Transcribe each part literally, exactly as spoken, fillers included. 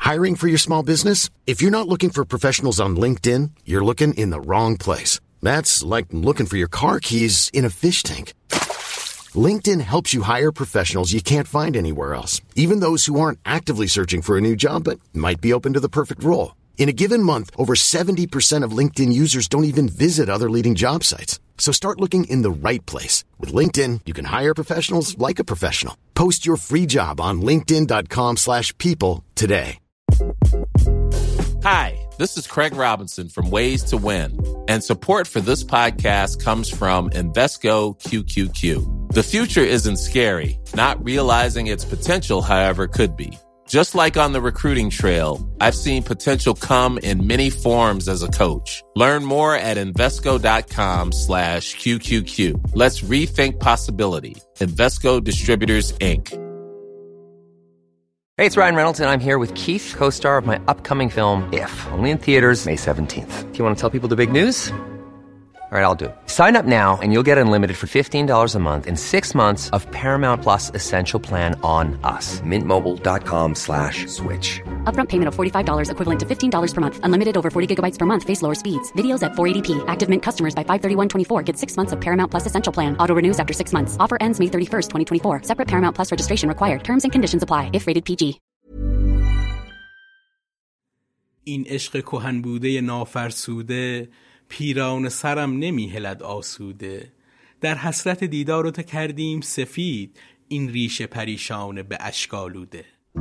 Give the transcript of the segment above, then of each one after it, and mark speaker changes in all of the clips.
Speaker 1: Hiring for your small business? If you're not looking for professionals on LinkedIn, you're looking in the wrong place. That's like looking for your car keys in a fish tank. LinkedIn helps you hire professionals you can't find anywhere else, even those who aren't actively searching for a new job but might be open to the perfect role. In a given month, over seventy percent of LinkedIn users don't even visit other leading job sites. So start looking in the right place. With LinkedIn, you can hire professionals like a professional. Post your free job on linkedin.com slash people today.
Speaker 2: Hi, this is Craig Robinson from Ways to Win, and support for this podcast comes from Invesco Q Q Q. The future isn't scary. Not realizing its potential, however, could be. Just like on the recruiting trail, I've seen potential come in many forms as a coach. Learn more at Invesco.com slash QQQ. Let's rethink possibility. Invesco Distributors, Incorporated.
Speaker 3: Hey, it's Ryan Reynolds, and I'm here with Keith, co-star of my upcoming film, If, only in theaters May seventeenth. Do you want to tell people the big news? All right, I'll do it. Sign up now and you'll get unlimited for fifteen dollars a month and six months of Paramount Plus Essential Plan on us. Mintmobile.com slash switch.
Speaker 4: Upfront payment of forty-five dollars equivalent to fifteen dollars per month. Unlimited over forty gigabytes per month. Face lower speeds. Videos at four eighty p. Active Mint customers by five thirty-one twenty-four get six months of Paramount Plus Essential Plan. Auto renews after six months. Offer ends May thirty-first, twenty twenty-four. Separate Paramount Plus registration required. Terms and conditions apply if rated پی جی.
Speaker 5: این عشق کهن بوده نافرسوده، پیران سرم نمی هلد آسوده. در حسرت دیدار تو کردیم سفید، این ریش پریشان به اشک آلوده.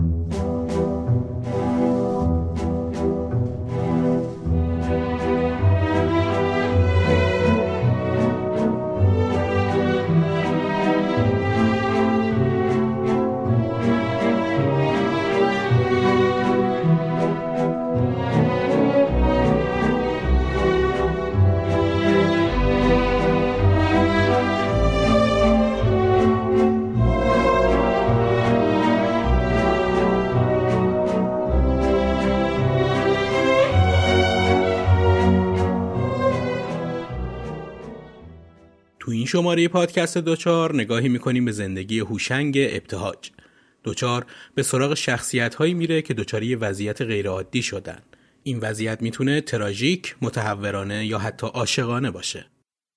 Speaker 5: تو این شماره پادکست دوچار نگاهی میکنیم به زندگی هوشنگ ابتهاج. دوچار به سراغ شخصیت‌هایی میره که دچار وضعیت غیرعادی شدن. این وضعیت میتونه تراژیک، متهورانه یا حتی عاشقانه باشه.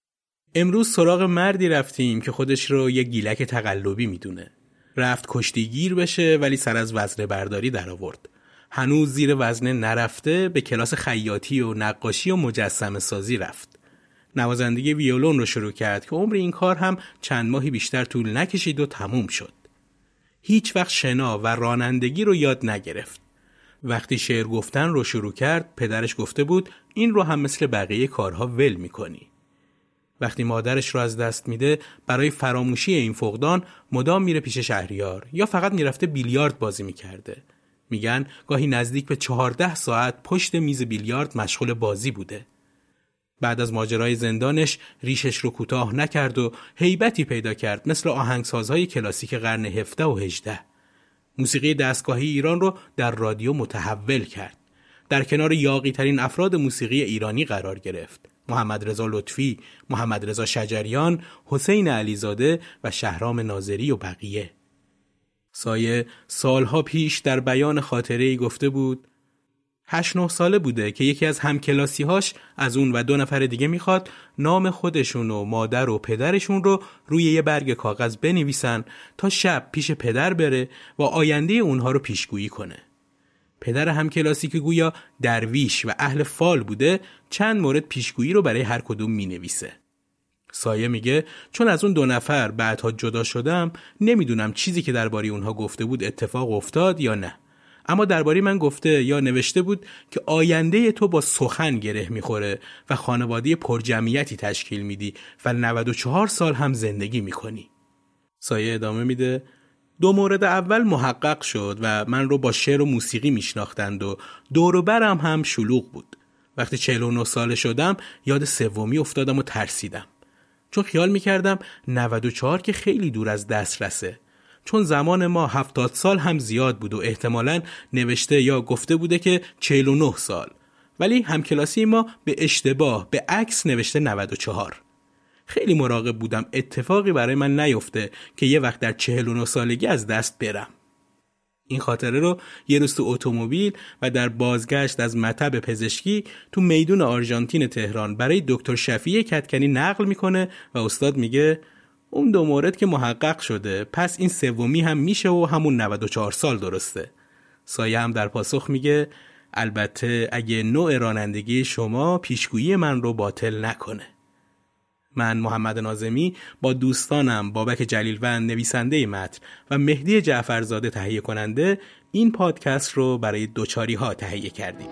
Speaker 5: امروز سراغ مردی رفتیم که خودش رو یک گیلک تقلبی میدونه. رفت کشتیگیر بشه ولی سر از وزنه برداری در آورد. هنوز زیر وزنه نرفته، به کلاس خیاطی و نقاشی و مجسمه سازی رفت. نوازندگی ویولون رو شروع کرد که عمر این کار هم چند ماهی بیشتر طول نکشید و تموم شد. هیچ وقت شنا و رانندگی رو یاد نگرفت. وقتی شعر گفتن رو شروع کرد، پدرش گفته بود این رو هم مثل بقیه کارها ول می‌کنی. وقتی مادرش رو از دست میده، برای فراموشی این فقدان مدام میره پیش شهریار یا فقط میرفته بیلیارد بازی میکرده. میگن گاهی نزدیک به چهارده ساعت پشت میز بیلیارد مشغول بازی بوده. بعد از ماجرای زندانش ریشش رو کوتاه نکرد و هیبتی پیدا کرد مثل آهنگسازهای کلاسیک قرن هفده و هجده. موسیقی دستگاهی ایران رو در رادیو متحول کرد. در کنار یاغی ترین افراد موسیقی ایرانی قرار گرفت. محمد رضا لطفی، محمد رضا شجریان، حسین علیزاده و شهرام ناظری و بقیه. سایه سالها پیش در بیان خاطره‌ای گفته بود هشت نه ساله بوده که یکی از همکلاسی‌هاش از اون و دو نفر دیگه میخواد نام خودشون و مادر و پدرشون رو روی یه برگ کاغذ بنویسن تا شب پیش پدر بره و آینده اونها رو پیشگویی کنه. پدر همکلاسی که گویا درویش و اهل فال بوده چند مورد پیشگویی رو برای هر کدوم مینویسه. سایه میگه چون از اون دو نفر بعدها جدا شدم، نمیدونم چیزی که درباره اونها گفته بود اتفاق افتاد یا نه. اما درباره من گفته یا نوشته بود که آینده تو با سخن گره میخوره و خانواده پرجمعیتی تشکیل میدی و نود و چهار سال هم زندگی میکنی. سایه ادامه میده دو مورد اول محقق شد و من رو با شعر و موسیقی میشناختند و دور و برم هم شلوغ بود. وقتی چهل و نه ساله شدم یاد سومی افتادم و ترسیدم. چون خیال میکردم نود و چهار که خیلی دور از دسترسه. چون زمان ما هفتاد سال هم زیاد بود و احتمالاً نوشته یا گفته بوده که چهل و نه سال. ولی همکلاسی ما به اشتباه به عکس نوشته نود و چهار. خیلی مراقب بودم اتفاقی برای من نیفته که یه وقت در چهل و نه سالگی از دست برم. این خاطره رو یه روز تو اتومبیل و در بازگشت از مطب پزشکی تو میدون آرژانتین تهران برای دکتر شفیع کدکنی نقل میکنه و استاد میگه اون دو مورد که محقق شده، پس این سومی هم میشه و همون نود و چهار سال درسته. سایه هم در پاسخ میگه البته اگه نوع رانندگی شما پیشگویی من رو باطل نکنه. من محمد ناظمی با دوستانم بابک جلیلوند نویسنده متن و مهدی جعفرزاده تهیه کننده این پادکست رو برای دوچاری ها تهیه کردیم.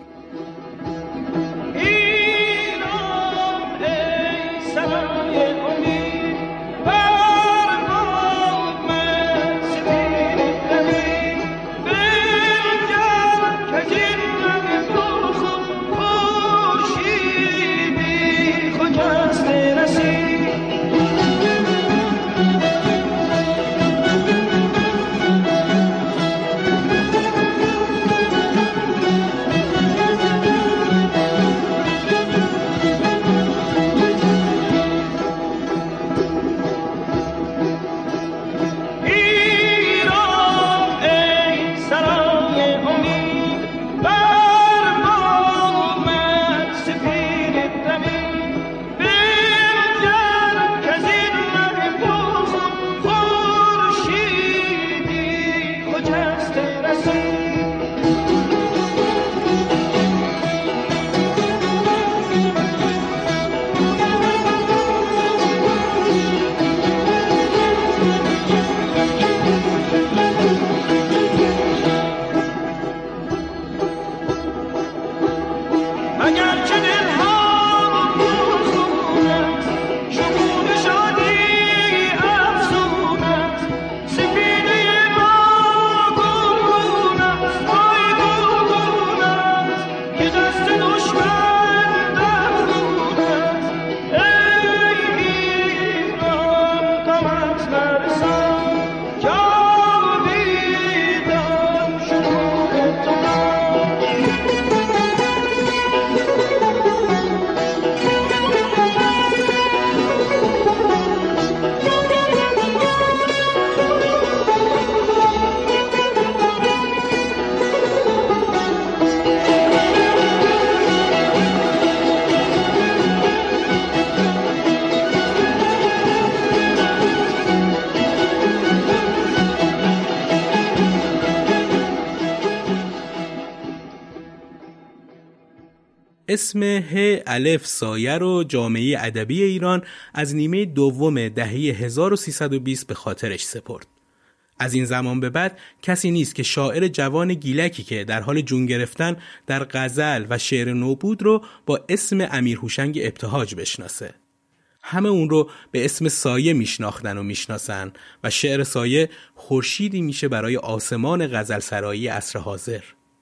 Speaker 5: اسم ه الف سایه رو جامعه ادبی ایران از نیمه دوم دهه هزار و سیصد و بیست به خاطرش سپرد. از این زمان به بعد کسی نیست که شاعر جوان گیلکی که در حال جون گرفتن در غزل و شعر نو بود رو با اسم امیر هوشنگ ابتهاج بشناسه. همه اون رو به اسم سایه میشناختن و میشناسن و شعر سایه خورشیدی میشه برای آسمان غزل سرایی عصر حاضر.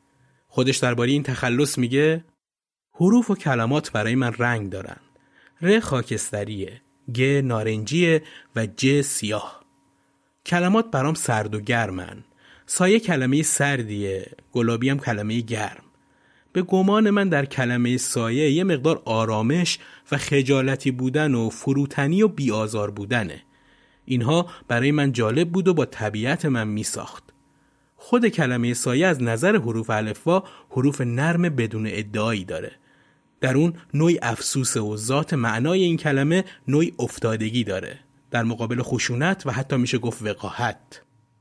Speaker 5: خودش درباره این تخلص میگه حروف و کلمات برای من رنگ دارن. ر خاکستریه، گ نارنجیه و ج سیاه. کلمات برام سرد و گرمن. سایه کلمه سردیه، گلابی هم کلمه گرم. به گمان من در کلمه سایه یه مقدار آرامش و خجالتی بودن و فروتنی و بی‌آزار بودنه. اینها برای من جالب بود و با طبیعت من می ساخت. خود کلمه سایه از نظر حروف الفبا حروف نرم بدون ادعایی داره. در اون نوعی افسوس و ذات معنای این کلمه نوعی افتادگی داره. در مقابل خشونت و حتی میشه گفت وقاحت.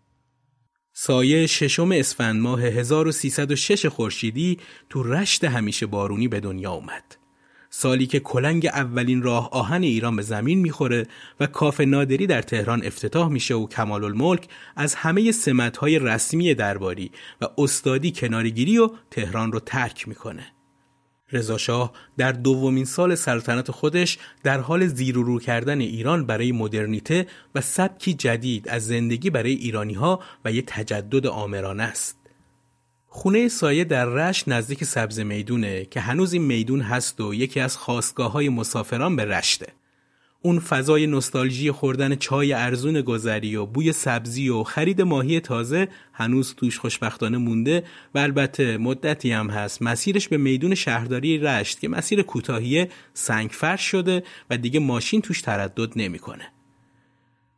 Speaker 5: سایه ششم اسفند ماه هزار و سیصد و شش خورشیدی تو رشت همیشه بارونی به دنیا اومد. سالی که کلنگ اولین راه آهن ایران به زمین میخوره و کاخ نادری در تهران افتتاح میشه و کمال الملک از همه سمت‌های رسمی درباری و استادی کنارگیری و تهران رو ترک میکنه. رضا شاه در دومین سال سلطنت خودش در حال زیر و رو کردن ایران برای مدرنیته و سبکی جدید از زندگی برای ایرانی‌ها و یک تجدد آمرانه است. خونه سایه در رشت نزدیک سبز میدونه که هنوز این میدون هست و یکی از خاستگاه‌های مسافران به رشته. اون فضای نوستالژی خوردن چای ارزون گذری و بوی سبزی و خرید ماهی تازه هنوز توش خوشبختانه مونده و البته مدتی هم هست مسیرش به میدون شهرداری رشت که مسیر کوتاهیه سنگ فرش شده و دیگه ماشین توش تردد نمیکنه.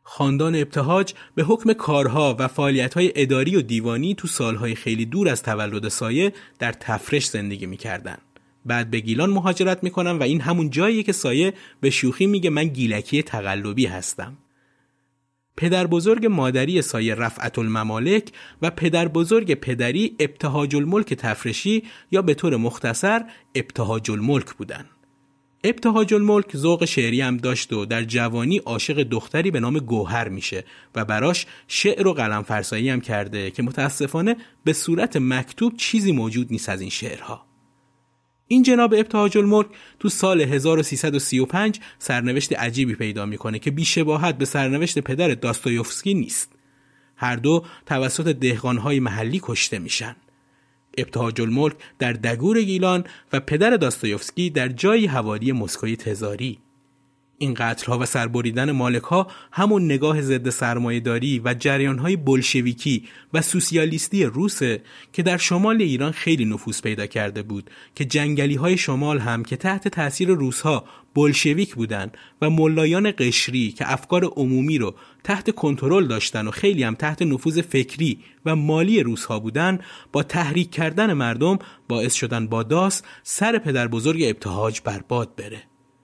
Speaker 5: خاندان ابتهاج به حکم کارها و فعالیت‌های اداری و دیوانی تو سالهای خیلی دور از تولد سایه در تفرش زندگی می‌کردن. بعد به گیلان مهاجرت می‌کنن و این همون جاییه که سایه به شوخی میگه من گیلکی تقلبی هستم. پدر بزرگ مادری سایه رفعت الممالک و پدر بزرگ پدری ابتهاج الملک تفرشی یا به طور مختصر ابتهاج الملک بودن. ابتهاج الملک ذوق شعری هم داشت و در جوانی عاشق دختری به نام گوهر میشه و براش شعر و قلم فرسایی هم کرده که متاسفانه به صورت مکتوب چیزی موجود نیست از این شعرها. این جناب ابتهاج الملک تو سال هزار و سیصد و سی و پنج سرنوشت عجیبی پیدا میکنه که بی‌شباهت به سرنوشت پدر داستایوفسکی نیست. هر دو توسط دهقانهای محلی کشته میشن. ابتهاج الملک در دگور گیلان و پدر داستایوفسکی در جایی حوالی مسکوی تزاری. این قتل‌ها و سربریدن مالک‌ها همون نگاه ضد سرمایه‌داری و جریان‌های بولشویکی و سوسیالیستی روسه که در شمال ایران خیلی نفوذ پیدا کرده بود که جنگلی‌های شمال هم که تحت تأثیر روس‌ها بولشویک بودن و ملایان قشری که افکار عمومی رو تحت کنترل داشتن و خیلی هم تحت نفوذ فکری و مالی روس‌ها بودن، با تحریک کردن مردم باعث شدن با داس سر پدر بزرگ ابتهاج برباد بره.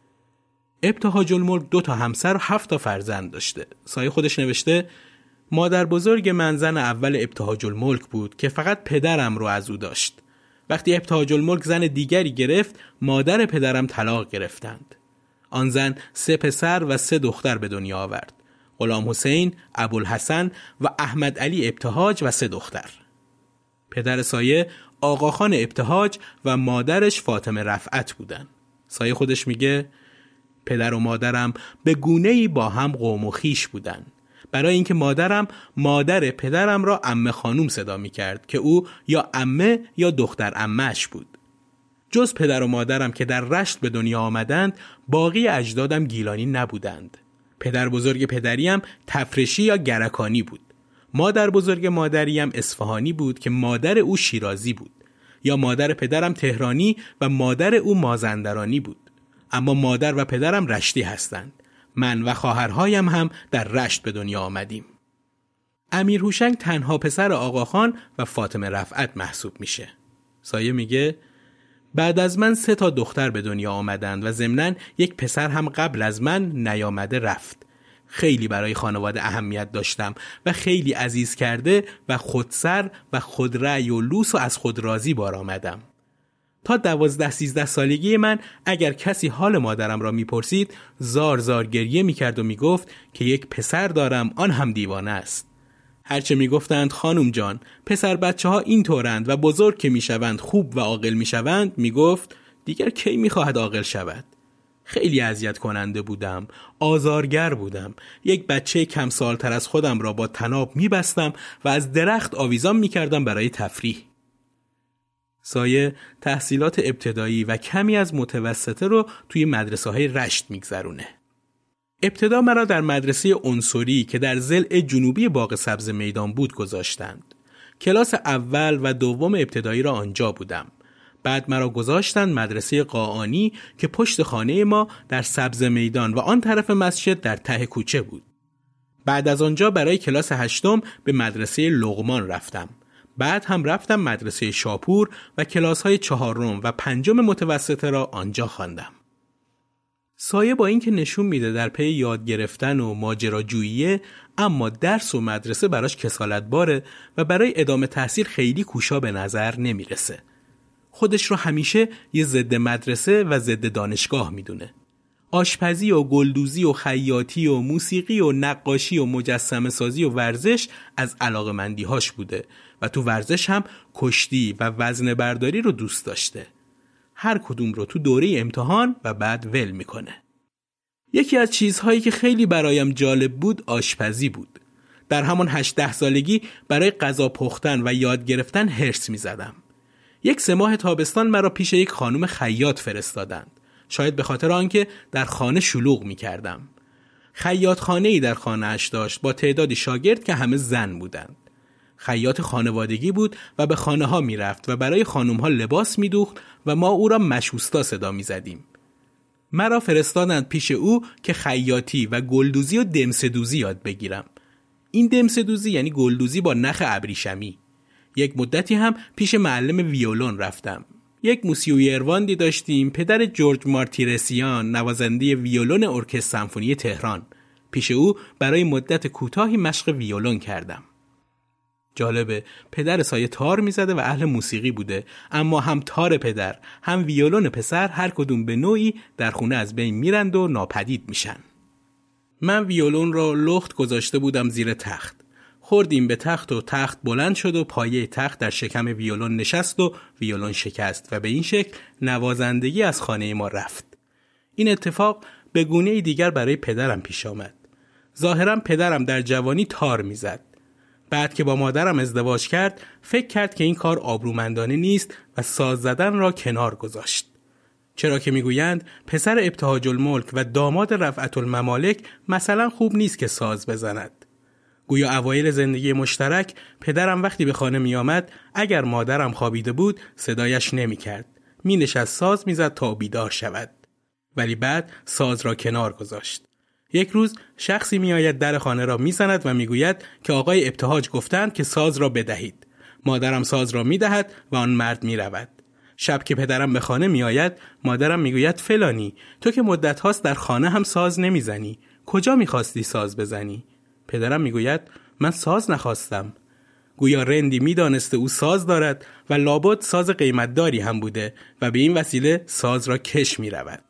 Speaker 5: ابتهاج الملک دو تا همسر و هفت تا فرزند داشته. سایه خودش نوشته مادر بزرگ من زن اول ابتهاج الملک بود که فقط پدرم رو از او داشت. وقتی ابتهاج الملک زن دیگری گرفت، مادر پدرم طلاق گرفتند. آن زن سه پسر و سه دختر به دنیا آورد. غلام حسین، ابوالحسن و احمد علی ابتهاج و سه دختر. پدر سایه آقاخان ابتهاج و مادرش فاطمه رفعت بودن. سایه خودش میگه پدر و مادرم به گونه‌ای با هم قوم و خویش بودن. برای اینکه مادرم مادر پدرم را عمه خانوم صدا می کرد که او یا عمه یا دختر عمه‌اش بود. جز پدر و مادرم که در رشت به دنیا آمدند، باقی اجدادم گیلانی نبودند. پدر بزرگ پدریم تفرشی یا گرکانی بود. مادر بزرگ مادریم اصفهانی بود که مادر او شیرازی بود. یا مادر پدرم تهرانی و مادر او مازندرانی بود. اما مادر و پدرم رشتی هستند. من و خواهرهایم هم در رشت به دنیا آمدیم. امیر هوشنگ تنها پسر آقاخان و فاطمه رفعت محسوب میشه. سایه میگه بعد از من سه تا دختر به دنیا آمدند و ضمناً یک پسر هم قبل از من نیامده رفت. خیلی برای خانواده اهمیت داشتم و خیلی عزیز کرده و خودسر و خودرأی و لوس و از خود راضی بار آمدم. تا دوازده سیزده سالگی من اگر کسی حال مادرم را میپرسید زار زار گریه میکرد و میگفت که یک پسر دارم، آن هم دیوانه است. هرچه میگفتند خانم جان پسر بچه ها این طورند و بزرگ که میشوند خوب و عاقل میشوند، میگفت دیگر کی میخواهد عاقل شود. خیلی اذیت کننده بودم، آزارگر بودم. یک بچه کم سالتر از خودم را با طناب میبستم و از درخت آویزان میکردم برای تفریح. سایه تحصیلات ابتدایی و کمی از متوسطه رو توی مدرسه های رشت میگذرونه. ابتدا مرا در مدرسه عنصری که در ضلع جنوبی باغ سبز میدان بود گذاشتند. کلاس اول و دوم ابتدایی را آنجا بودم. بعد مرا گذاشتند مدرسه قاآنی که پشت خانه ما در سبز میدان و آن طرف مسجد در ته کوچه بود. بعد از آنجا برای کلاس هشتم به مدرسه لقمان رفتم. بعد هم رفتم مدرسه شاپور و کلاس‌های چهارم و پنجم متوسطه را آنجا خواندم. سایه با اینکه نشون میده در پی یاد گرفتن و ماجراجوییه، اما درس و مدرسه براش کسالت باره و برای ادامه تحصیل خیلی کوشا به نظر نمیرسه. خودش رو همیشه یه ضد مدرسه و ضد دانشگاه میدونه. آشپزی و گلدوزی و خیاطی و موسیقی و نقاشی و مجسمه سازی و ورزش از علاقه‌مندی‌هاش بوده و تو ورزش هم کشتی و وزنه برداری رو دوست داشته. هر کدوم رو تو دوره امتحان و بعد ول میکنه. یکی از چیزهایی که خیلی برایم جالب بود آشپزی بود. در همان هجده سالگی برای غذا پختن و یاد گرفتن هرس میزدم. یک سه ماه تابستان مرا پیش یک خانم خیاط فرستادند. شاید به خاطر آنکه در خانه شلوغ میکردم. خیاط خانه‌ای در خانه‌اش داشت با تعدادی شاگرد که همه زن بودند. خیاط خانوادگی بود و به خانه ها می رفت و برای خانم ها لباس می دوخت و ما او را مشوستا صدا می زدیم. مرا فرستادند پیش او که خیاطی و گلدوزی و دمسدوزی یاد بگیرم. این دمسدوزی یعنی گلدوزی با نخ ابریشمی. یک مدتی هم پیش معلم ویولون رفتم. یک موسیویرواندی داشتیم، پدر جورج مارتیرسیان، نوازنده ویولون ارکستر سمفونی تهران. پیش او برای مدت کوتاهی مشق ویولون کردم. جالبه، پدر سایه تار میزده و اهل موسیقی بوده، اما هم تار پدر هم ویولون پسر هر کدوم به نوعی در خونه از بین میرند و ناپدید میشن. من ویولون را لخت گذاشته بودم زیر تخت. خوردیم به تخت و تخت بلند شد و پایه تخت در شکم ویولون نشست و ویولون شکست و به این شکل نوازندگی از خانه ما رفت. این اتفاق به گونه دیگر برای پدرم پیش آمد. ظاهرا پدرم در جوانی تار میزد. بعد که با مادرم ازدواج کرد فکر کرد که این کار آبرومندانه نیست و ساز زدن را کنار گذاشت. چرا که میگویند پسر ابتهاج الملک و داماد رفعت الممالک مثلا خوب نیست که ساز بزند. گویا اوایل زندگی مشترک پدرم وقتی به خانه می آمد اگر مادرم خوابیده بود صدایش نمی کرد. می نشست ساز می زد تا بیدار شود. ولی بعد ساز را کنار گذاشت. یک روز شخصی می آید در خانه را می زند و می گوید که آقای ابتهاج گفتند که ساز را بدهید. مادرم ساز را می دهد و آن مرد می رود. شب که پدرم به خانه می آید مادرم می گوید فلانی تو که مدت هاست در خانه هم ساز نمی زنی. کجا می خواستی ساز بزنی؟ پدرم می گوید من ساز نخواستم. گویا رندی می دانسته او ساز دارد و لابد ساز قیمتداری هم بوده و به این وسیله ساز را کش می رود.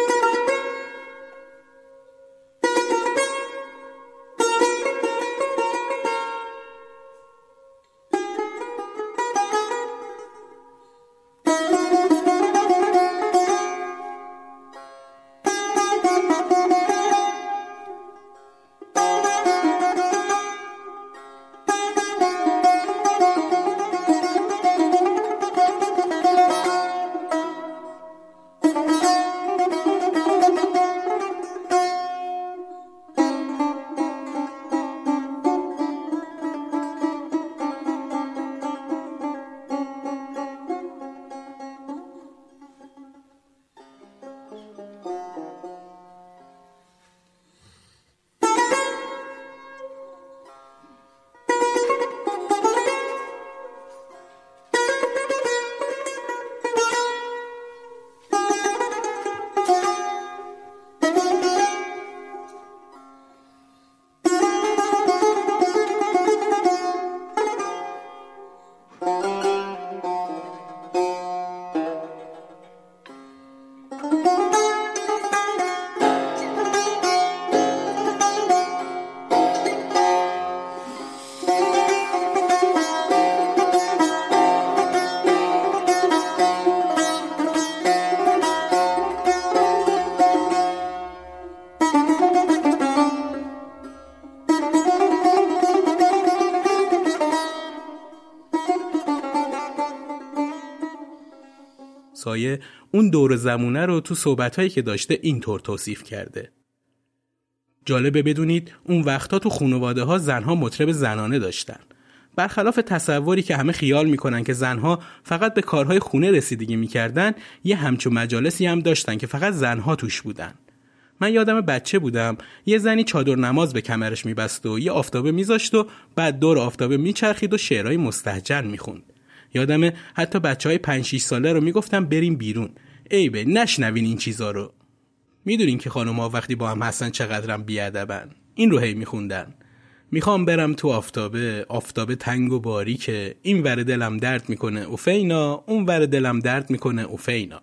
Speaker 5: سایه اون دور زمونه رو تو صحبتایی که داشته اینطور توصیف کرده. جالبه بدونید اون وقتا تو خانواده ها زنها مطرب زنانه داشتن. برخلاف تصوری که همه خیال میکنن که زنها فقط به کارهای خونه رسیدگی میکردن، یه همچون مجالسی هم داشتن که فقط زنها توش بودن. من یادم بچه بودم یه زنی چادر نماز به کمرش میبست و یه آفتابه میذاشت و بعد دور آفتابه میچرخید و شعرهای مستهجن میخوند. یادمه حتی بچهای پنج شش ساله رو میگفتم بریم بیرون، ای به نشنوین این چیزا رو. میدونین که خانوما وقتی با هم هستن چقدرم بیادبن. این رو هی میخوندن. میخوام برم تو آفتابه، آفتابه تنگ و باریکه، این ور دلم درد میکنه اوفینا، اون ور دلم درد میکنه اوفینا.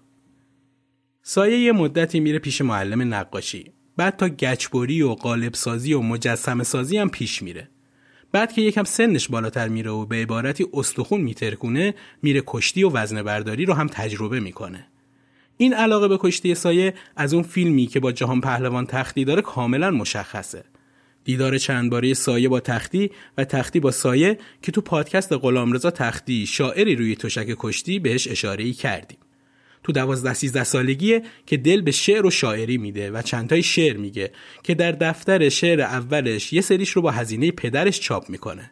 Speaker 5: سایه یه مدتی میره پیش معلم نقاشی. بعد تا گچبری و قالب سازی و مجسمه سازی هم پیش میره. بعد که یکم سنش بالاتر میره و به عبارتی استخون میترکونه، میره کشتی و وزنه برداری رو هم تجربه میکنه. این علاقه به کشتی سایه از اون فیلمی که با جهان پهلوان تختی داره کاملا مشخصه. دیدار چند باره سایه با تختی و تختی با سایه که تو پادکست غلامرضا تختی شاعری روی تشک کشتی بهش اشاره‌ای کردیم. تو دوازده سیزده سالگیه که دل به شعر و شاعری میده و چندتای شعر میگه که در دفتر شعر اولش یه سریش رو با هزینه پدرش چاپ میکنه.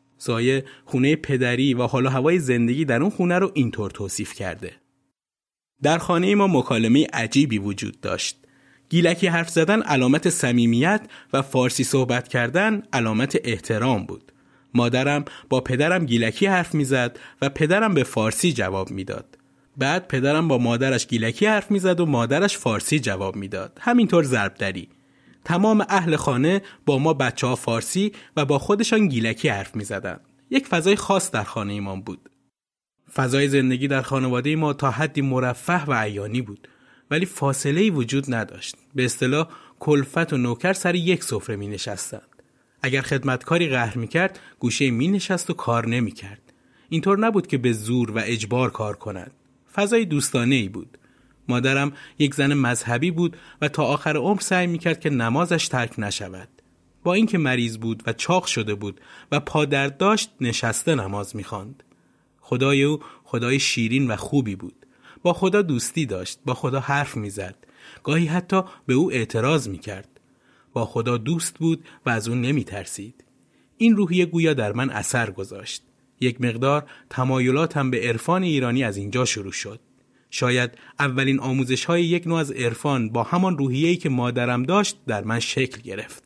Speaker 5: سایه خونه پدری و حال و هوای زندگی در اون خونه رو اینطور توصیف کرده: در خانه ما مکالمه عجیبی وجود داشت. گیلکی حرف زدن علامت صمیمیت و فارسی صحبت کردن علامت احترام بود. مادرم با پدرم گیلکی حرف میزد و پدرم به فارسی جواب میداد. بعد پدرم با مادرش گیلکی حرف میزد و مادرش فارسی جواب میداد. همینطور ضربدری. تمام اهل خانه با ما بچه‌ها فارسی و با خودشان گیلکی حرف میزدند. یک فضای خاص در خانه ایمان بود. فضای زندگی در خانواده ما تا حدی مرفه و عیانی بود، ولی فاصله‌ای وجود نداشت. به اصطلاح کلفت و نوکر سر یک سفره می نشستند. اگر خدمتکاری قهر می کرد گوشه می نشست و کار نمی کرد. اینطور نبود که به زور و اجبار کار کند. فضای دوستانه‌ای بود. مادرم یک زن مذهبی بود و تا آخر عمر سعی می کرد که نمازش ترک نشود. با اینکه مریض بود و چاق شده بود و پادرد داشت نشسته نماز می خواند. خدای او خدای شیرین و خوبی بود. با خدا دوستی داشت، با خدا حرف می زد. گاهی حتی به او اعتراض می کرد. با خدا دوست بود و از اون نمی ترسید. این روحیه گویا در من اثر گذاشت. یک مقدار تمایلاتم به عرفان ایرانی از اینجا شروع شد. شاید اولین آموزش های یک نوع از عرفان با همان روحیه‌ای که مادرم داشت در من شکل گرفت.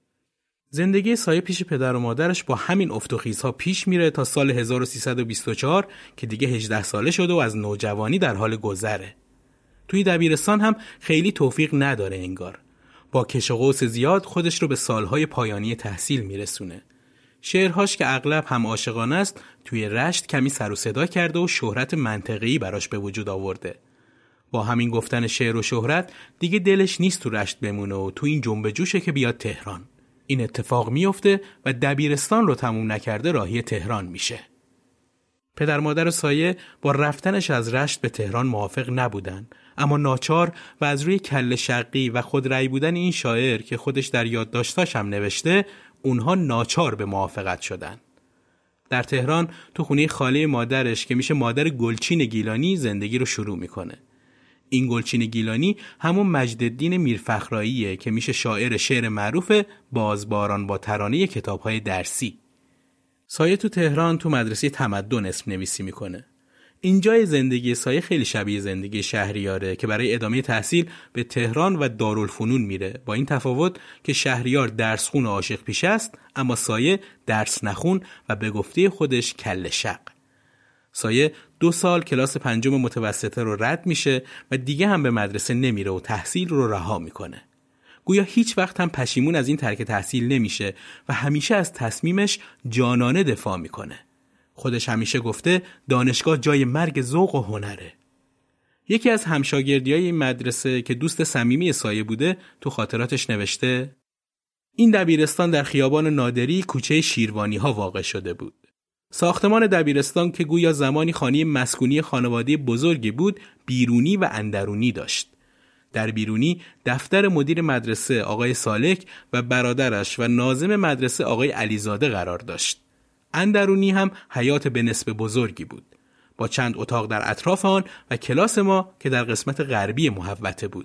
Speaker 5: زندگی سایه پیش پدر و مادرش با همین افت و خیزها پیش میره تا سال هزار و سیصد و بیست و چهار که دیگه هجده ساله شده و از نوجوانی در حال گذره. توی دبیرستان هم خیلی توفیق نداره انگار. با کش و قوس زیاد خودش رو به سالهای پایانی تحصیل میرسونه. شعرهاش که اغلب هم عاشقانه است توی رشت کمی سر و صدا کرده و شهرت منطقی براش به وجود آورده. با همین گفتن شعر و شهرت دیگه دلش نیست تو رشت بمونه و تو این جنب جوشه که بیاد تهران. این اتفاق میفته و دبیرستان رو تموم نکرده راهی تهران میشه. پدر مادر سایه با رفتنش از رشت به تهران موافق نبودن، اما ناچار و از روی کله شقی و خودرأی بودن این شاعر که خودش در یادداشتاش هم نوشته، اونها ناچار به موافقت شدن. در تهران تو خونه خاله مادرش که میشه مادر گلچین گیلانی زندگی رو شروع میکنه. این گلچین گیلانی همون مجدالدین میرفخراییه که میشه شاعر شعر معروف بازباران با ترانه کتاب‌های درسی. سایه تو تهران تو مدرسه تمدن اسم نویسی میکنه. اینجای زندگی سایه خیلی شبیه زندگی شهریاره که برای ادامه تحصیل به تهران و دارالفنون میره، با این تفاوت که شهریار درسخون و عاشق پیشه است، اما سایه درس نخون و به گفته خودش کله شق. سایه دو سال کلاس پنجم متوسطه رو رد میشه و دیگه هم به مدرسه نمیره و تحصیل رو رها میکنه. گویا هیچ وقت هم پشیمون از این ترک تحصیل نمیشه و همیشه از تصمیمش جانانه دفاع میکنه. خودش همیشه گفته دانشگاه جای مرگ ذوق و هنره. یکی از همشاگردیای این مدرسه که دوست صمیمی سایه بوده تو خاطراتش نوشته: این دبیرستان در خیابان نادری کوچه شیروانی ها واقع شده بود. ساختمان دبیرستان که گویا زمانی خانه مسکونی خانواده بزرگی بود، بیرونی و اندرونی داشت. در بیرونی دفتر مدیر مدرسه آقای سالک و برادرش و ناظم مدرسه آقای علیزاده قرار داشت. اندرونی هم حیات به نسبه بزرگی بود، با چند اتاق در اطراف آن و کلاس ما که در قسمت غربی محوطه بود.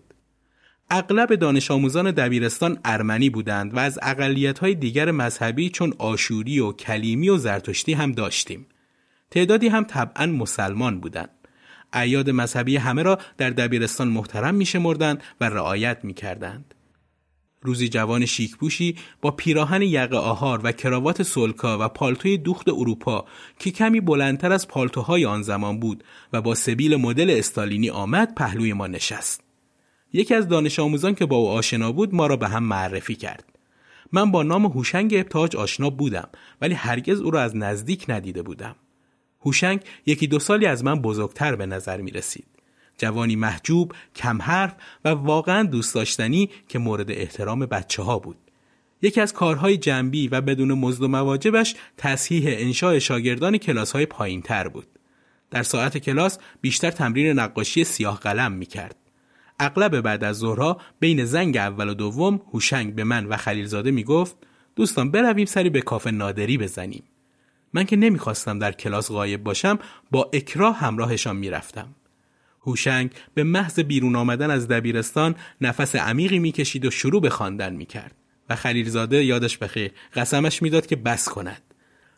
Speaker 5: اغلب دانش آموزان دبیرستان ارمنی بودند و از اقلیت‌های دیگر مذهبی چون آشوری و کلیمی و زرتشتی هم داشتیم. تعدادی هم طبعاً مسلمان بودند. اعیاد مذهبی همه را در دبیرستان محترم می‌شمردند و رعایت می‌کردند. روزی جوان شیک‌پوشی با پیراهن یقه آهار و کراوات سلکا و پالتوی دوخت اروپا که کمی بلندتر از پالتوهای آن زمان بود و با سبیل مدل استالینی آمد پهلوی ما نشست. یکی از دانش آموزان که با او آشنا بود ما را به هم معرفی کرد. من با نام هوشنگ ابتهاج آشنا بودم ولی هرگز او را از نزدیک ندیده بودم. هوشنگ یکی دو سالی از من بزرگتر به نظر می رسید. جوانی محجوب، کم حرف و واقعا دوست داشتنی که مورد احترام بچه ها بود. یکی از کارهای جنبی و بدون مزد و مواجبش تصحیح انشاء شاگردان کلاس های پایین تر بود. در ساعت کلاس بیشتر تمرین نقاشی سیاه قلم می کرد. اغلب بعد از ظهرها بین زنگ اول و دوم هوشنگ به من و خلیلزاده می گفت دوستان برویم سری به کافه نادری بزنیم. من که نمی خواستم در کلاس غایب باشم با اکراه همراهشان می رفتم. هوشنگ به محض بیرون آمدن از دبیرستان نفس عمیقی می کشید و شروع به خواندن می کرد و خلیلزاده یادش بخیر قسمش می داد که بس کند.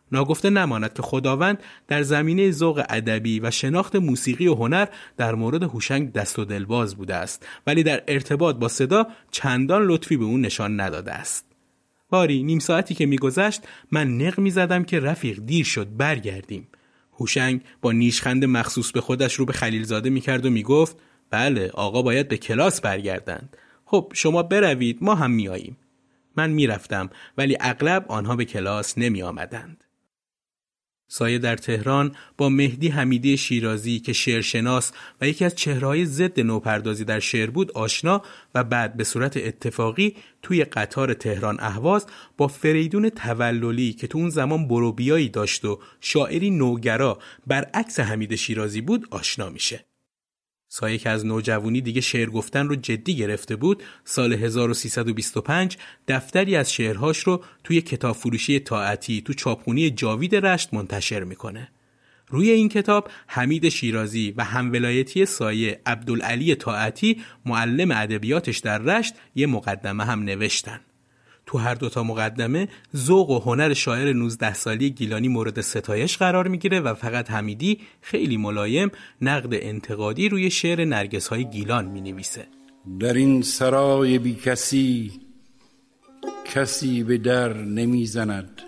Speaker 5: ناگفته نماند که خداوند در زمینه ذوق ادبی و شناخت موسیقی و هنر در مورد هوشنگ دست و دلباز بوده است، ولی در ارتباط با صدا چندان لطفی به اون نشان نداده است. باری نیم ساعتی که میگذشت من نق میزدم که رفیق دیر شد، برگردیم. هوشنگ با نیشخند مخصوص به خودش رو به خلیلزاده میکرد و میگفت بله آقا باید به کلاس برگردند. خب شما بروید، ما هم میاییم. من میرفتم ولی اغلب آنها به کلاس نمی آمدند. سایه در تهران با مهدی حمیدی شیرازی که شعرشناس و یکی از چهره‌های ضد نوپردازی در شعر بود آشنا و بعد به صورت اتفاقی توی قطار تهران اهواز با فریدون توللی که تو اون زمان بروبیایی داشت و شاعری نوگرا برعکس حمید شیرازی بود آشنا میشه. سایه که از نوجوانی دیگه شعر گفتن رو جدی گرفته بود، سال هزار و سیصد و بیست و پنج دفتری از شعرهاش رو توی کتاب فروشی طاعتی تو چاپخونی جاوید رشت منتشر میکنه. روی این کتاب حمید شیرازی و همولایتی سایه عبدالعلی طاعتی معلم ادبیاتش در رشت یه مقدمه هم نوشتن. تو هر دوتا مقدمه ذوق و هنر شاعر نوزده سالی گیلانی مورد ستایش قرار میگیره و فقط حمیدی خیلی ملایم نقد انتقادی روی شعر نرگس‌های گیلان مینویسه.
Speaker 6: در این سرای بی کسی کسی به در نمیزند،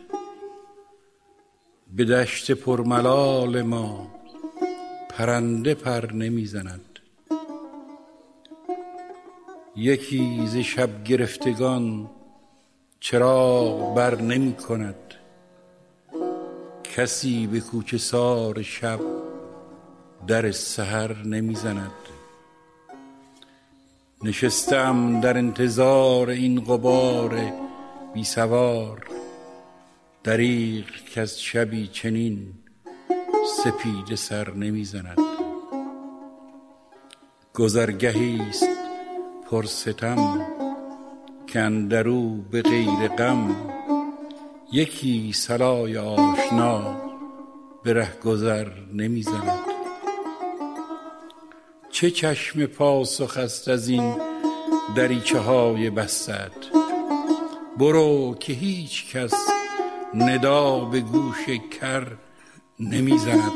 Speaker 6: به دشت پرملال ما پرنده پر نمیزند. یکی ز شب گرفتگان چراغ بر نمی کند، کسی به کوچه سار شب در سحر نمی زند. نشستم در انتظار این غبار بی سوار، دریغ که از شبی چنین سپیده سر نمی زند. گذرگهیست پر ستم که اندرو به غیر غم، یکی صلای آشنا به ره گذر نمی زند. چه چشم پاسخ است از این دریچه های بستت، برو که هیچ کس ندا به گوش کر نمی زند.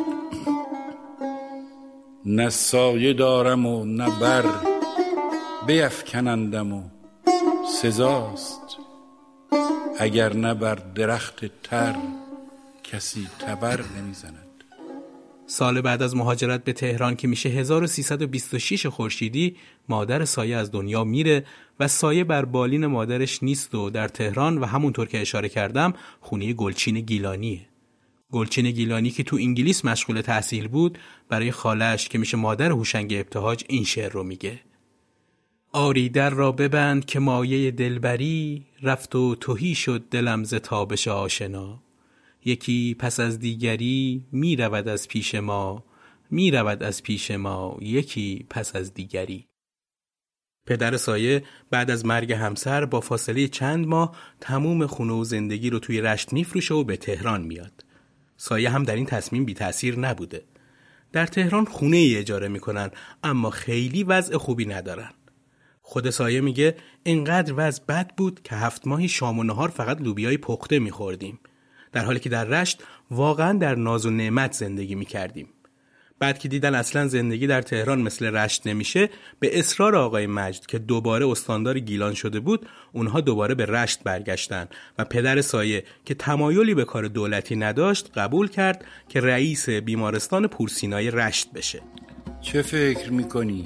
Speaker 6: نه سایه دارم و نه بر بیفکنندم و سزاست، اگر نه بر درخت تر کسی تبر نمیزند.
Speaker 5: سال بعد از مهاجرت به تهران که میشه هزار و سیصد و بیست و شش خورشیدی، مادر سایه از دنیا میره و سایه بر بالین مادرش نیست و در تهران و همونطور که اشاره کردم خونه گلچین گیلانیه. گلچین گیلانی که تو انگلیس مشغول تحصیل بود برای خالش که میشه مادر هوشنگ ابتهاج این شعر رو میگه: آری در را ببند که مایه دلبری، رفت و تهی شد دلم ز تابش آشنا. یکی پس از دیگری می رود از پیش ما، می رود از پیش ما یکی پس از دیگری. پدر سایه بعد از مرگ همسر با فاصله چند ماه تموم خونه و زندگی رو توی رشت میفروشه و به تهران میاد. سایه هم در این تصمیم بی تأثیر نبوده. در تهران خونه ای اجاره میکنن اما خیلی وضع خوبی ندارن. خود سایه میگه اینقدر وضع بد بود که هفت ماهی شام و نهار فقط لوبیای پخته میخوردیم، در حالی که در رشت واقعا در ناز و نعمت زندگی میکردیم. بعد که دیدن اصلا زندگی در تهران مثل رشت نمیشه، به اصرار آقای مجد که دوباره استاندار گیلان شده بود، اونها دوباره به رشت برگشتن و پدر سایه که تمایلی به کار دولتی نداشت قبول کرد که رئیس بیمارستان پورسینای رشت بشه.
Speaker 6: چه فکر میکنی؟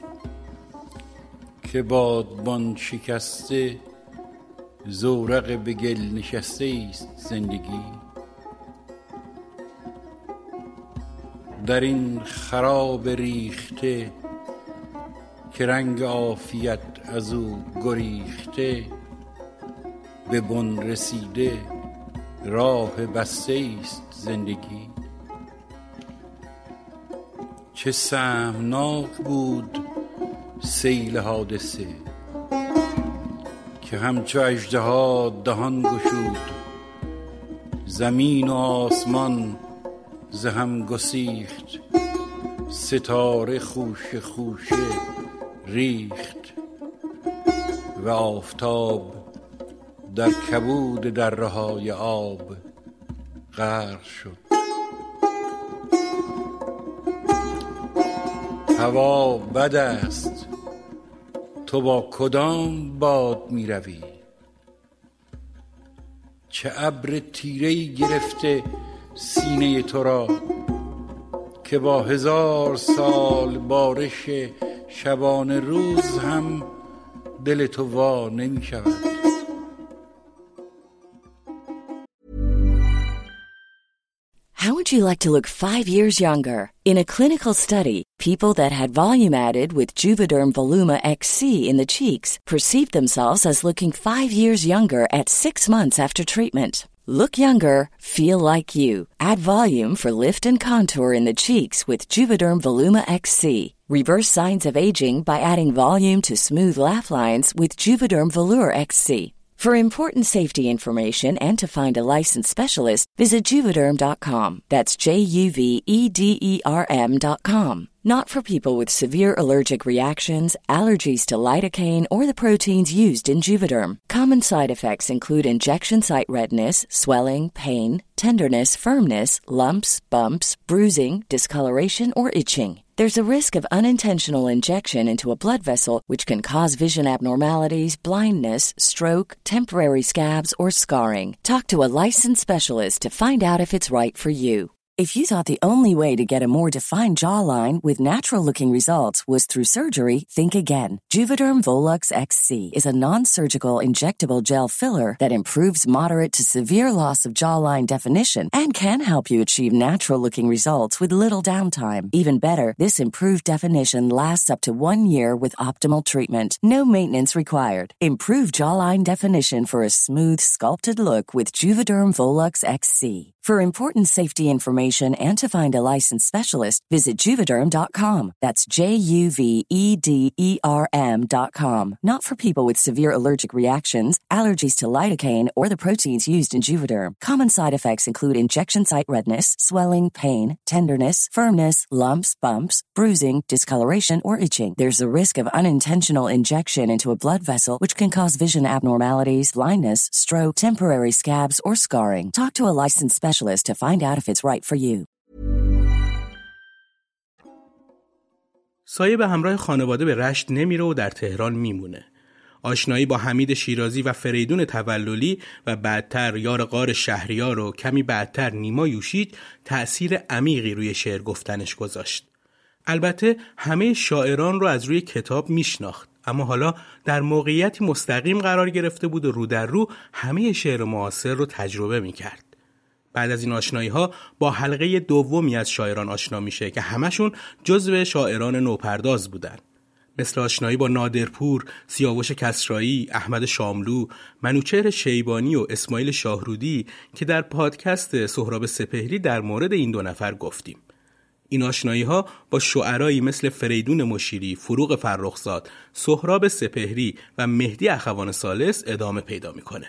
Speaker 6: که بادبان شکسته زورق به گل نشسته است زندگی. در این خراب ریخته که رنگ عافیت از او گریخته، به بن رسیده راه بسته است زندگی. چه سهمناک بود سیل حادثه که همچو اژدها دهان گشود، زمین و آسمان ز هم گسیخت، ستاره خوش خوشه ریخت و آفتاب در کبود دره‌های آب غرق شد. هوا بد است، تو با کدام باد می روی؟ چه ابر تیره‌ای گرفته سینه تو را که با هزار سال بارش شبانه روز هم دل تو وا نمی شود.
Speaker 7: How would you like to look five years younger? In a clinical study, people that had volume added with Juvederm Voluma X C in the cheeks perceived themselves as looking five years younger at six months after treatment. Look younger, feel like you. Add volume for lift and contour in the cheeks with Juvederm Voluma X C. Reverse signs of aging by adding volume to smooth laugh lines with Juvederm Volure X C. For important safety information and to find a licensed specialist, visit Juvederm dot com. That's J U V E D E R M dot com. Not for people with severe allergic reactions, allergies to lidocaine, or the proteins used in Juvederm. Common side effects include injection site redness, swelling, pain, tenderness, firmness, lumps, bumps, bruising, discoloration, or itching. There's a risk of unintentional injection into a blood vessel, which can cause vision abnormalities, blindness, stroke, temporary scabs, or scarring. Talk to a licensed specialist to find out if it's right for you. If you thought the only way to get a more defined jawline with natural-looking results was through surgery, think again. Juvederm Volux X C is a non-surgical injectable gel filler that improves moderate to severe loss of jawline definition and can help you achieve natural-looking results with little downtime. Even better, this improved definition lasts up to one year with optimal treatment. No maintenance required. Improve jawline definition for a smooth, sculpted look with Juvederm Volux X C. For important safety information and to find a licensed specialist, visit Juvederm dot com. That's J U V E D E R M dot com. Not for people with severe allergic reactions, allergies to lidocaine, or the proteins used in Juvederm. Common side effects include injection site redness, swelling, pain, tenderness, firmness, lumps, bumps, bruising, discoloration, or itching. There's a risk of unintentional injection into a blood vessel, which can cause vision abnormalities, blindness, stroke, temporary scabs, or scarring. Talk to a licensed specialist to find out if it's right for you.
Speaker 5: سایه به همراه خانواده به رشت نمیره و در تهران میمونه. آشنایی با حمید شیرازی و فریدون توللی و بعدتر یار غار شهریار و کمی بعدتر نیما یوشیج تأثیر عمیقی روی شعر گفتنش گذاشت. البته همه شاعران رو از روی کتاب میشناخت، اما حالا در موقعیتی مستقیم قرار گرفته بود و رو در رو همه شعر معاصر رو تجربه میکرد. بعد از این آشنایی‌ها با حلقه دومی از شاعران آشنا میشه که همشون جزو شاعران نوپرداز بودن. مثل آشنایی با نادرپور، سیاوش کسرایی، احمد شاملو، منوچهر شیبانی و اسماعیل شاهرودی که در پادکست سهراب سپهری در مورد این دو نفر گفتیم. این آشنایی‌ها با شعرایی مثل فریدون مشیری، فروغ فرخزاد، سهراب سپهری و مهدی اخوان ثالث ادامه پیدا میکنه.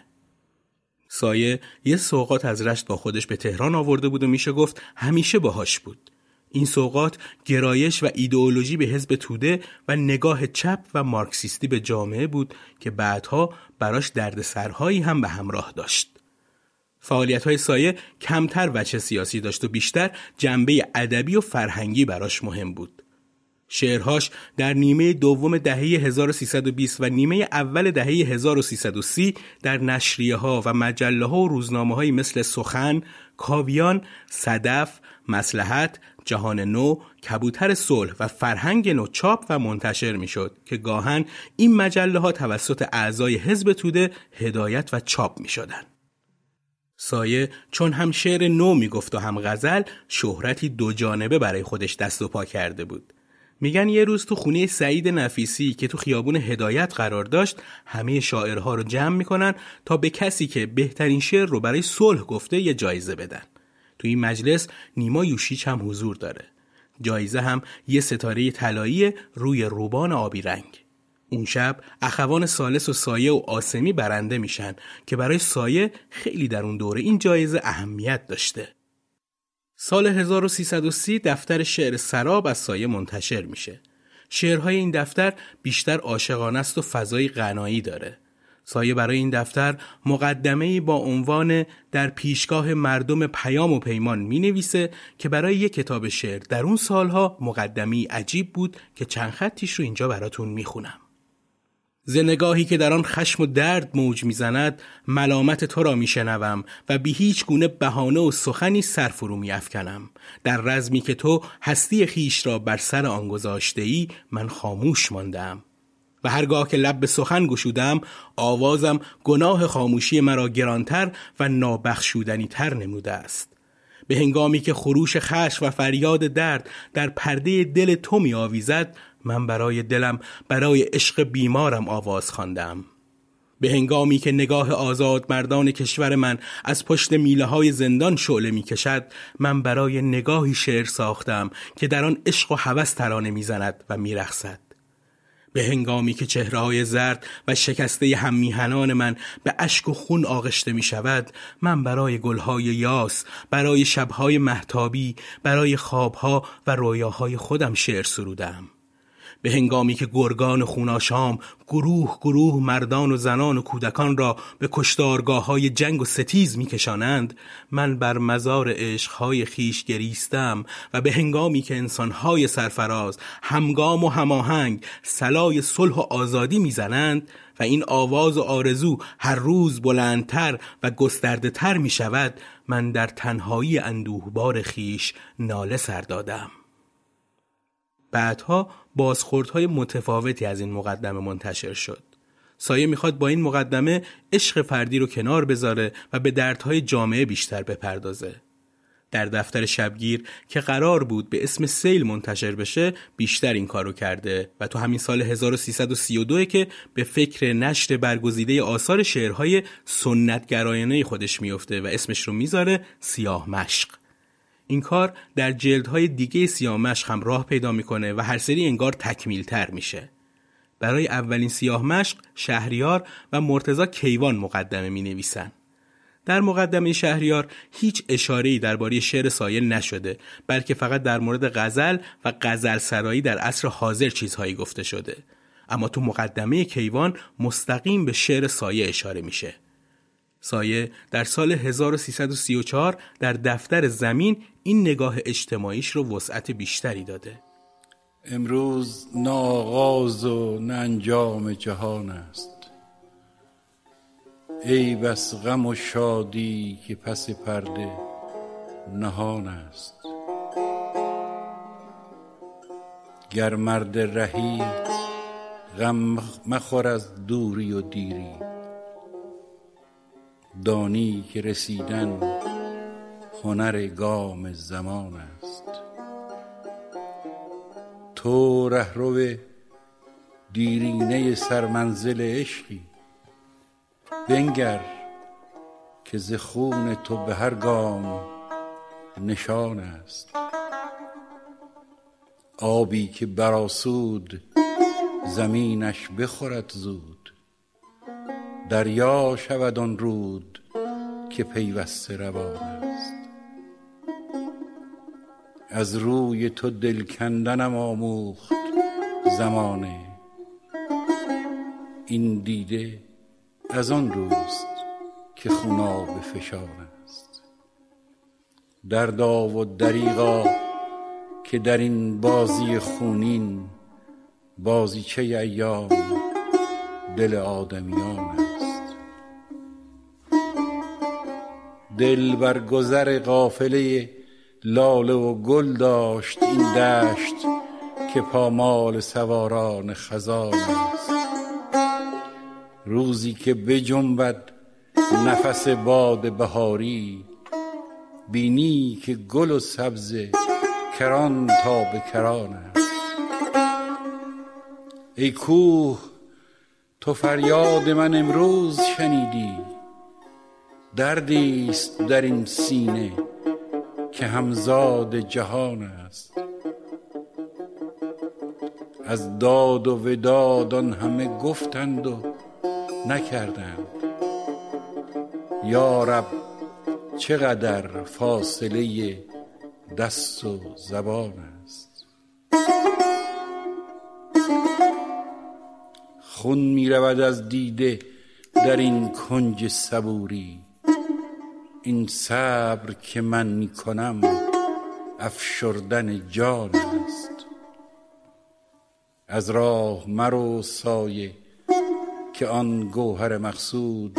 Speaker 5: سایه یه سوغات از رشت با خودش به تهران آورده بود و میشه گفت همیشه باهاش بود. این سوغات گرایش و ایدئولوژی به حزب توده و نگاه چپ و مارکسیستی به جامعه بود که بعدها براش دردسرهایی هم به همراه داشت. فعالیت‌های سایه کمتر وجه سیاسی داشت و بیشتر جنبه ادبی و فرهنگی براش مهم بود. شعرهاش در نیمه دوم دهه هزار و سیصد و بیست و نیمه اول دهه هزار و سیصد و سی در نشریه‌ها و مجله‌ها و روزنامه‌هایی مثل سخن، کاویان، صدف، مصلحت، جهان نو، کبوتر صلح و فرهنگ نو چاپ و منتشر میشد که گاهن این مجله‌ها توسط اعضای حزب توده هدایت و چاپ میشدند. سایه چون هم شعر نو میگفت و هم غزل، شهرتی دو جانبه برای خودش دست و پا کرده بود. میگن یه روز تو خونه سعید نفیسی که تو خیابون هدایت قرار داشت، همه شاعرها رو جمع میکنن تا به کسی که بهترین شعر رو برای صلح گفته یه جایزه بدن. تو این مجلس نیما یوشیج هم حضور داره. جایزه هم یه ستاره طلایی روی روبان آبی رنگ. اون شب اخوان ثالث و سایه و آسمی برنده میشن که برای سایه خیلی در اون دوره این جایزه اهمیت داشته. سال هزار و سیصد و سی دفتر شعر سراب از سایه منتشر میشه. شعرهای این دفتر بیشتر عاشقانه است و فضای غنایی داره. سایه برای این دفتر مقدمه‌ای با عنوان در پیشگاه مردم پیام و پیمان می‌نویسه که برای یک کتاب شعر در اون سالها مقدمه‌ای عجیب بود که چند خطیش رو اینجا براتون میخونم. ز نگاهی که در آن خشم و درد موج میزند، ملامت تو را میشنوم و بی هیچ گونه بهانه و سخنی سر فرو میافکنم. در رزمی که تو هستی خیش را بر سر آن گذاشته ای، من خاموش ماندم و هرگاه که لب به سخن گشودم، آوازم گناه خاموشی مرا گرانتر و نابخشودنی تر نموده است. به هنگامی که خروش خشم و فریاد درد در پرده دل تو می آویزد، من برای دلم، برای عشق بیمارم آواز خواندم. به هنگامی که نگاه آزاد مردان کشور من از پشت میله های زندان شعله می کشد، من برای نگاهی شعر ساختم که در آن عشق و هوس ترانه می زند و می رقصد. به هنگامی که چهره‌های زرد و شکسته هم میهنان من به اشک و خون آغشته می شود، من برای گلهای یاس، برای شبهای مهتابی، برای خوابها و رویاهای خودم شعر سرودم. به هنگامی که گرگان خوناشام گروه گروه مردان و زنان و کودکان را به کشتارگاه‌های جنگ و ستیز می‌کشانند، من بر مزار عشق‌های خیش گریستم و به هنگامی که انسان‌های سرفراز همگام و هماهنگ صلای صلح و آزادی می‌زنند و این آواز و آرزو هر روز بلندتر و گسترده‌تر می‌شود، من در تنهایی اندوهبار خیش ناله سر دادم. بعدها بازخوردهای متفاوتی از این مقدمه منتشر شد. سایه میخواد با این مقدمه عشق فردی رو کنار بذاره و به دردهای جامعه بیشتر بپردازه. در دفتر شبگیر که قرار بود به اسم سیل منتشر بشه، بیشتر این کارو کرده و تو همین سال هزار و سیصد و سی و دو که به فکر نشر برگزیده آثار شعرهای سنتگرایانه خودش میفته و اسمش رو میذاره سیاه مشق. این کار در جلدهای دیگه سیاه مشق هم راه پیدا میکنه و هر سری انگار تکمیل تر میشه. برای اولین سیاه مشق شهریار و مرتضی کیوان مقدمه می نویسن. در مقدمه شهریار هیچ اشاره‌ای درباره شعر سایه نشده، بلکه فقط در مورد غزل و غزل سرایی در عصر حاضر چیزهایی گفته شده. اما تو مقدمه کیوان مستقیم به شعر سایه اشاره میشه. سایه در سال هزار و سیصد و سی و چهار در دفتر زمین این نگاه اجتماعیش رو وسعت بیشتری داده.
Speaker 6: امروز نه آغاز و نه انجام جهان است، ای بس غم و شادی که پس پرده نهان است. گر مرد رهی غم مخور از دوری و دیری، دانی که رسیدن هنر گام زمان است. تو رهرو دیرینه سرمنزل عشقی، بنگر که ز خون تو به هر گام نشان است. آبی که برآسود زمینش بخورد زود، دریا شود آن رود که پیوسته روان است. از روی تو دل کندنم آموخت زمانه، این دیده از آن روست که خوناب فشان است. دردا و دریغا که در این بازی خونین، بازیچه ایام دل آدمیان است. دل بر گذر قافله لاله و گل داشت این دشت که پامال سواران خزان است. روزی که بجنبد نفس باد بهاری، بینی که گل و سبز کران تا به کران است. ای کوه تو فریاد من امروز شنیدی، دردیست در این سینه که همزاد جهان است. از داد و وداد آن همه گفتند و نکردند، یا رب چقدر فاصله دست و زبان است. خون می رود از دیده در این کنج صبوری. این صبر که من می کنم افشردن جان است. از راه مرو سایه که آن گوهر مقصود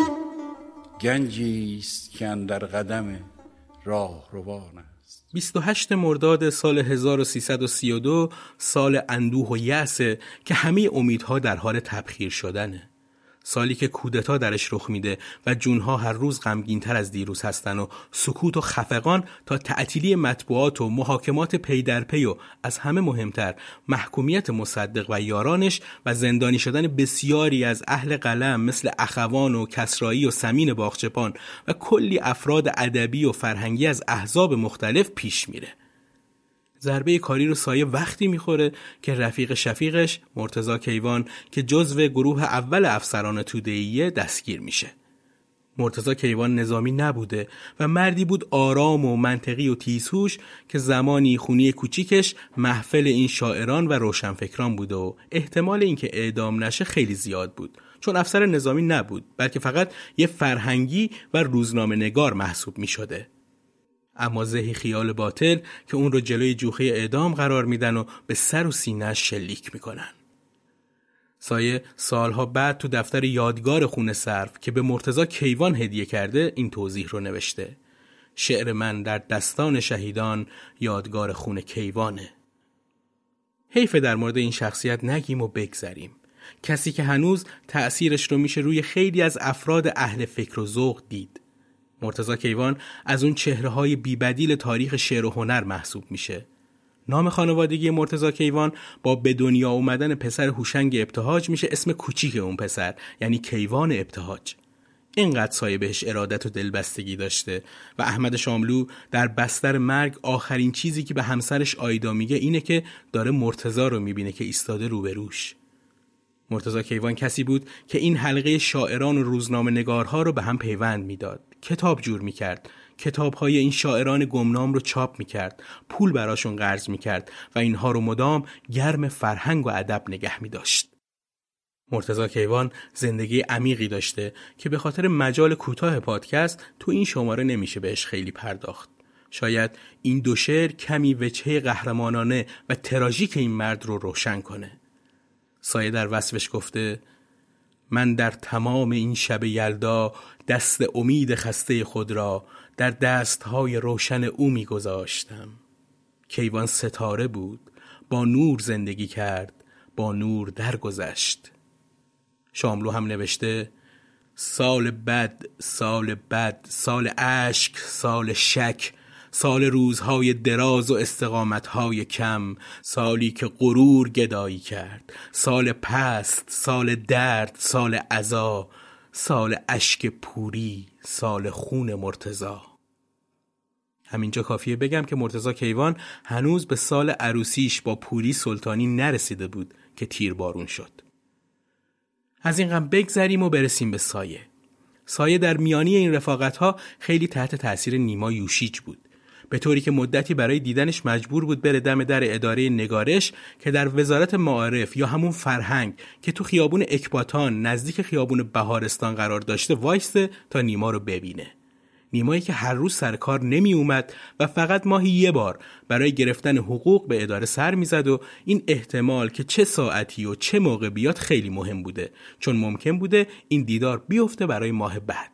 Speaker 6: گنجی است که اندر قدم راهروان است.
Speaker 5: بیست و هشتم مرداد سال هزار و سیصد و سی و دو سال اندوه و یأسه که همه امیدها در حال تبخیر شدنه. سالی که کودتا درش رخ میده و جونها هر روز غمگین‌تر از دیروز هستن و سکوت و خفقان تا تعطیلی مطبوعات و محاکمات پی در پی و از همه مهمتر محکومیت مصدق و یارانش و زندانی شدن بسیاری از اهل قلم مثل اخوان و کسرایی و سمین باغچپان و کلی افراد ادبی و فرهنگی از احزاب مختلف پیش میره. ضربه کاری رو سایه وقتی میخوره که رفیق شفیقش مرتضی کیوان که جزو گروه اول افسران توده‌ایه دستگیر میشه. مرتضی کیوان نظامی نبوده و مردی بود آرام و منطقی و تیزهوش که زمانی خونی کوچیکش محفل این شاعران و روشنفکران بوده و احتمال اینکه اعدام نشه خیلی زیاد بود، چون افسر نظامی نبود بلکه فقط یه فرهنگی و روزنامه نگار محسوب میشده. اما زهی خیال باطل که اون رو جلوی جوخه اعدام قرار میدن و به سر و سینه‌اش شلیک میکنن. سایه سالها بعد تو دفتر یادگار خون سرف که به مرتضی کیوان هدیه کرده این توضیح رو نوشته: شعر من در دستان شهیدان یادگار خون کیوانه. حیف در مورد این شخصیت نگیم و بگذریم. کسی که هنوز تأثیرش رو میشه روی خیلی از افراد اهل فکر و ذوق دید. مرتضی کیوان از اون چهره‌های بی‌بدیل تاریخ شعر و هنر محسوب میشه. نام خانوادگی مرتضی کیوان با به دنیا اومدن پسر هوشنگ ابتهاج میشه اسم کوچیک اون پسر، یعنی کیوان ابتهاج. اینقدر سایه بهش ارادت و دلبستگی داشته و احمد شاملو در بستر مرگ آخرین چیزی که به همسرش آیدا میگه اینه که داره مرتضی رو میبینه که ایستاده روبروش. مرتضی کیوان کسی بود که این حلقه شاعران و روزنامه نگارها رو به هم پیوند میداد. کتاب جور میکرد، کتاب‌های این شاعران گمنام رو چاپ میکرد، پول براشون قرض میکرد و اینها رو مدام گرم فرهنگ و ادب نگه میداشت. مرتضی کیوان زندگی عمیقی داشته که به خاطر مجال کوتاه پادکست تو این شماره نمیشه بهش خیلی پرداخت. شاید این دو شعر کمی وجهه قهرمانانه و تراژیک این مرد رو روشن کنه. سایه در وصفش گفته: من در تمام این شب یلدا دست امید خسته خود را در دستهای روشن او می گذاشتم. کیوان ستاره بود، با نور زندگی کرد، با نور درگذشت. شاملو هم نوشته: سال بد، سال بد، سال اشک، سال شک، سال روزهای دراز و استقامتهای کم، سالی که غرور گدایی کرد، سال پست، سال درد، سال عزا، سال اشک پوری، سال خون مرتضی. همینجا کافیه بگم که مرتضی کیوان هنوز به سال عروسیش با پوری سلطانی نرسیده بود که تیر بارون شد. از این غم بگذریم و برسیم به سایه. سایه در میانی این رفاقت‌ها خیلی تحت تأثیر نیما یوشیج بود، به طوری که مدتی برای دیدنش مجبور بود بره دم در اداره نگارش که در وزارت معارف یا همون فرهنگ که تو خیابون اکباتان نزدیک خیابون بهارستان قرار داشته وایسته تا نیما رو ببینه. نیمایی که هر روز سر کار نمی اومد و فقط ماهی یه بار برای گرفتن حقوق به اداره سر می زد و این احتمال که چه ساعتی و چه موقع بیاد خیلی مهم بوده، چون ممکن بوده این دیدار بیفته برای ماه بعد.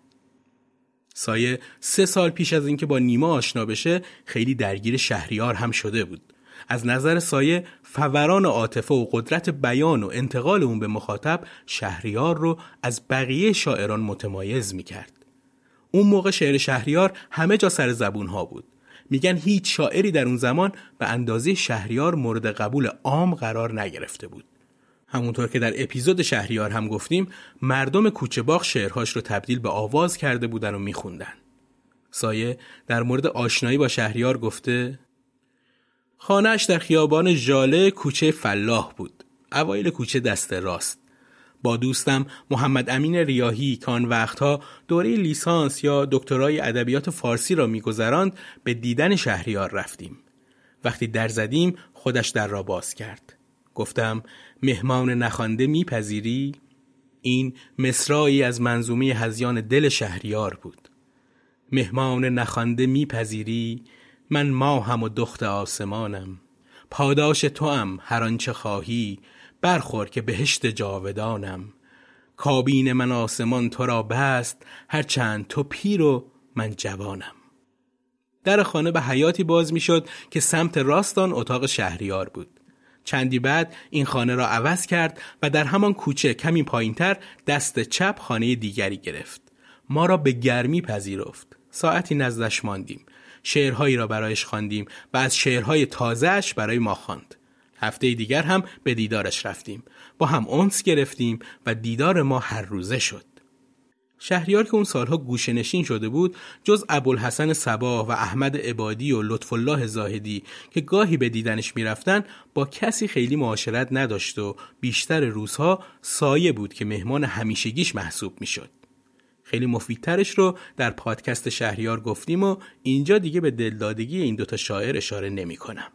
Speaker 5: سایه سه سال پیش از اینکه با نیما آشنا بشه خیلی درگیر شهریار هم شده بود. از نظر سایه فوران عاطفه و قدرت بیان و انتقال اون به مخاطب شهریار رو از بقیه شاعران متمایز می‌کرد. اون موقع شعر شهریار همه جا سر زبون ها بود. میگن هیچ شاعری در اون زمان به اندازه شهریار مورد قبول عام قرار نگرفته بود. همونطور که در اپیزود شهریار هم گفتیم، مردم کوچه باغ شعرهاش رو تبدیل به آواز کرده بودن و میخوندن. سایه در مورد آشنایی با شهریار گفته: خانه‌اش در خیابان ژاله کوچه فلاح بود، اوایل کوچه دست راست. با دوستم محمد امین ریاحی که آن وقتها دوره لیسانس یا دکترای ادبیات فارسی را می‌گذراند به دیدن شهریار رفتیم. وقتی در زدیم خودش در را باز کرد. گفتم: مهمان نخوانده میپذیری؟ این مصرعی از منظومه هذیان دل شهریار بود. مهمان نخوانده میپذیری، من ماهم و دخت آسمانم. پاداش توام هر آنچه خواهی، برخور که بهشت جاودانم. کابین من آسمان تو را بست، هر چند تو پیر و من جوانم. در خانه به حیاتی باز می شد که سمت راست آن اتاق شهریار بود. چندی بعد این خانه را عوض کرد و در همان کوچه کمی پایینتر دست چپ خانه دیگری گرفت. ما را به گرمی پذیرفت. ساعتی نزدش ماندیم. شعرهایی را برایش خواندیم و از شعرهای تازه‌اش برای ما خواند. هفته دیگر هم به دیدارش رفتیم. با هم انس گرفتیم و دیدار ما هر روزه شد. شهریار که اون سالها گوشه‌نشین شده بود، جز ابوالحسن صباح و احمد عبادی و لطف الله زاهدی که گاهی به دیدنش میرفتن، با کسی خیلی معاشرت نداشت و بیشتر روزها سایه بود که مهمان همیشگیش محسوب میشد. خیلی مفیدترش رو در پادکست شهریار گفتیم و اینجا دیگه به دلدادگی این دوتا شاعر اشاره نمی کنم.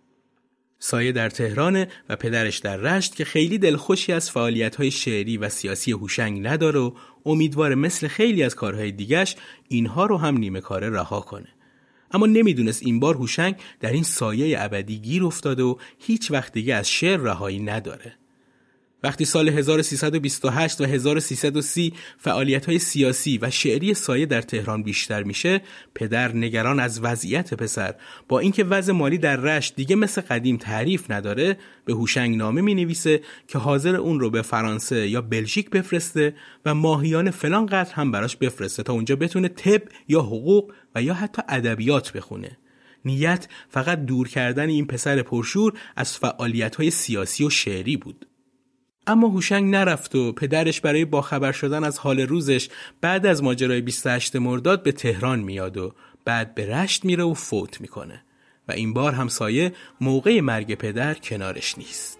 Speaker 5: سایه در تهران و پدرش در رشت که خیلی دلخوشی از فعالیت‌های شعری و سیاسی هوشنگ نداره و امیدواره مثل خیلی از کارهای دیگش اینها رو هم نیمه کاره رها کنه. اما نمیدونست این بار هوشنگ در این سایه ابدی گیر افتاده و هیچ وقت دیگه از شعر رهایی نداره. وقتی سال هزار و سیصد و بیست و هشت و هزار و سیصد و سی فعالیت‌های سیاسی و شعری سایه در تهران بیشتر میشه، پدر نگران از وضعیت پسر با اینکه وضع مالی در رشت دیگه مثل قدیم تعریف نداره، به هوشنگ نامه می‌نویسه که حاضر اون رو به فرانسه یا بلژیک بفرسته و ماهیانه فلان قدر هم براش بفرسته تا اونجا بتونه طب یا حقوق و یا حتی ادبیات بخونه. نیت فقط دور کردن این پسر پرشور از فعالیت‌های سیاسی و شعری بود. اما هوشنگ نرفت و پدرش برای باخبر شدن از حال روزش بعد از ماجرای بیست و هشتم مرداد به تهران میاد و بعد به رشت میره و فوت میکنه و این بار هم سایه موقع مرگ پدر کنارش نیست.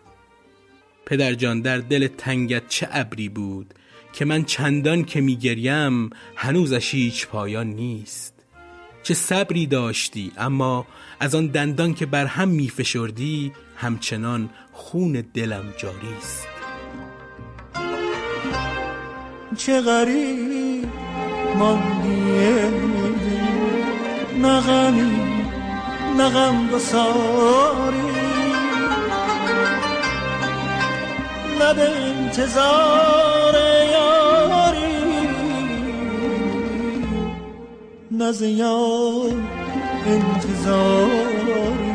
Speaker 5: پدر جان در دل تنگت چه ابری بود که من چندان که میگریم هنوزش هیچ پایان نیست. چه صبری داشتی اما از آن دندان که بر هم میفشردی همچنان خون دلم جاری است.
Speaker 8: چه غریب ماندیه نغمی نغم بساری لب انتظار یاری نز یار انتظاری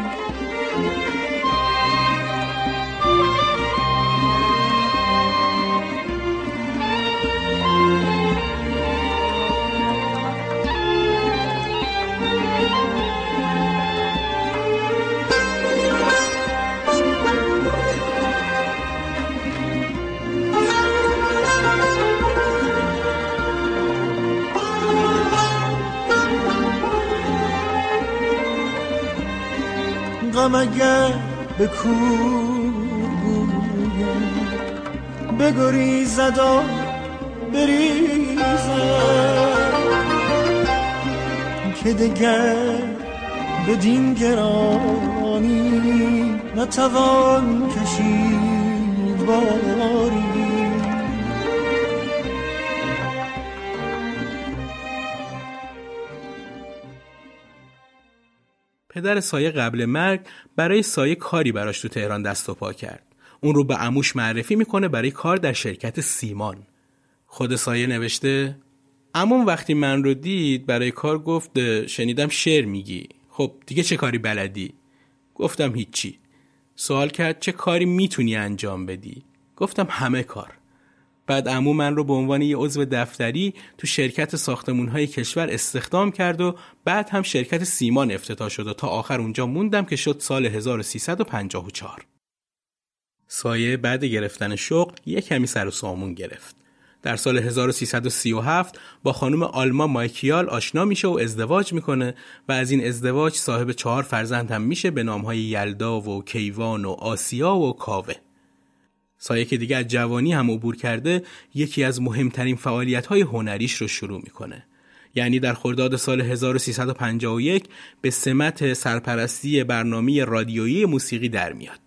Speaker 8: غم اگر به کور بویم بگریزد و بریزد که دگر بدین گرانی نتوان کشید باری.
Speaker 5: پدر سایه قبل مرگ برای سایه کاری براش تو تهران دست و پا کرد. اون رو به عموش معرفی میکنه برای کار در شرکت سیمان. خود سایه نوشته عموم وقتی من رو دید برای کار گفت شنیدم شعر میگی. خب دیگه چه کاری بلدی؟ گفتم هیچی. سوال کرد چه کاری میتونی انجام بدی؟ گفتم همه کار. بعد عمو من رو به عنوان یه عضو دفتری تو شرکت ساختمون‌های کشور استخدام کرد و بعد هم شرکت سیمان افتتاح شد و تا آخر اونجا موندم که شد سال هزار و سیصد و پنجاه و چهار. سایه بعد گرفتن شغل یه کمی سر و سامون گرفت. در سال هزار و سیصد و سی و هفت با خانم آلما مایکیال آشنا میشه و ازدواج میکنه و از این ازدواج صاحب چهار فرزند هم میشه به نامهای یلدا و کیوان و آسیا و کاوه. سایه که دیگه از جوانی هم عبور کرده یکی از مهمترین فعالیت‌های هنریش رو شروع میکنه. یعنی در خرداد سال هزار و سیصد و پنجاه و یک به سمت سرپرستی برنامه رادیویی موسیقی در میاد.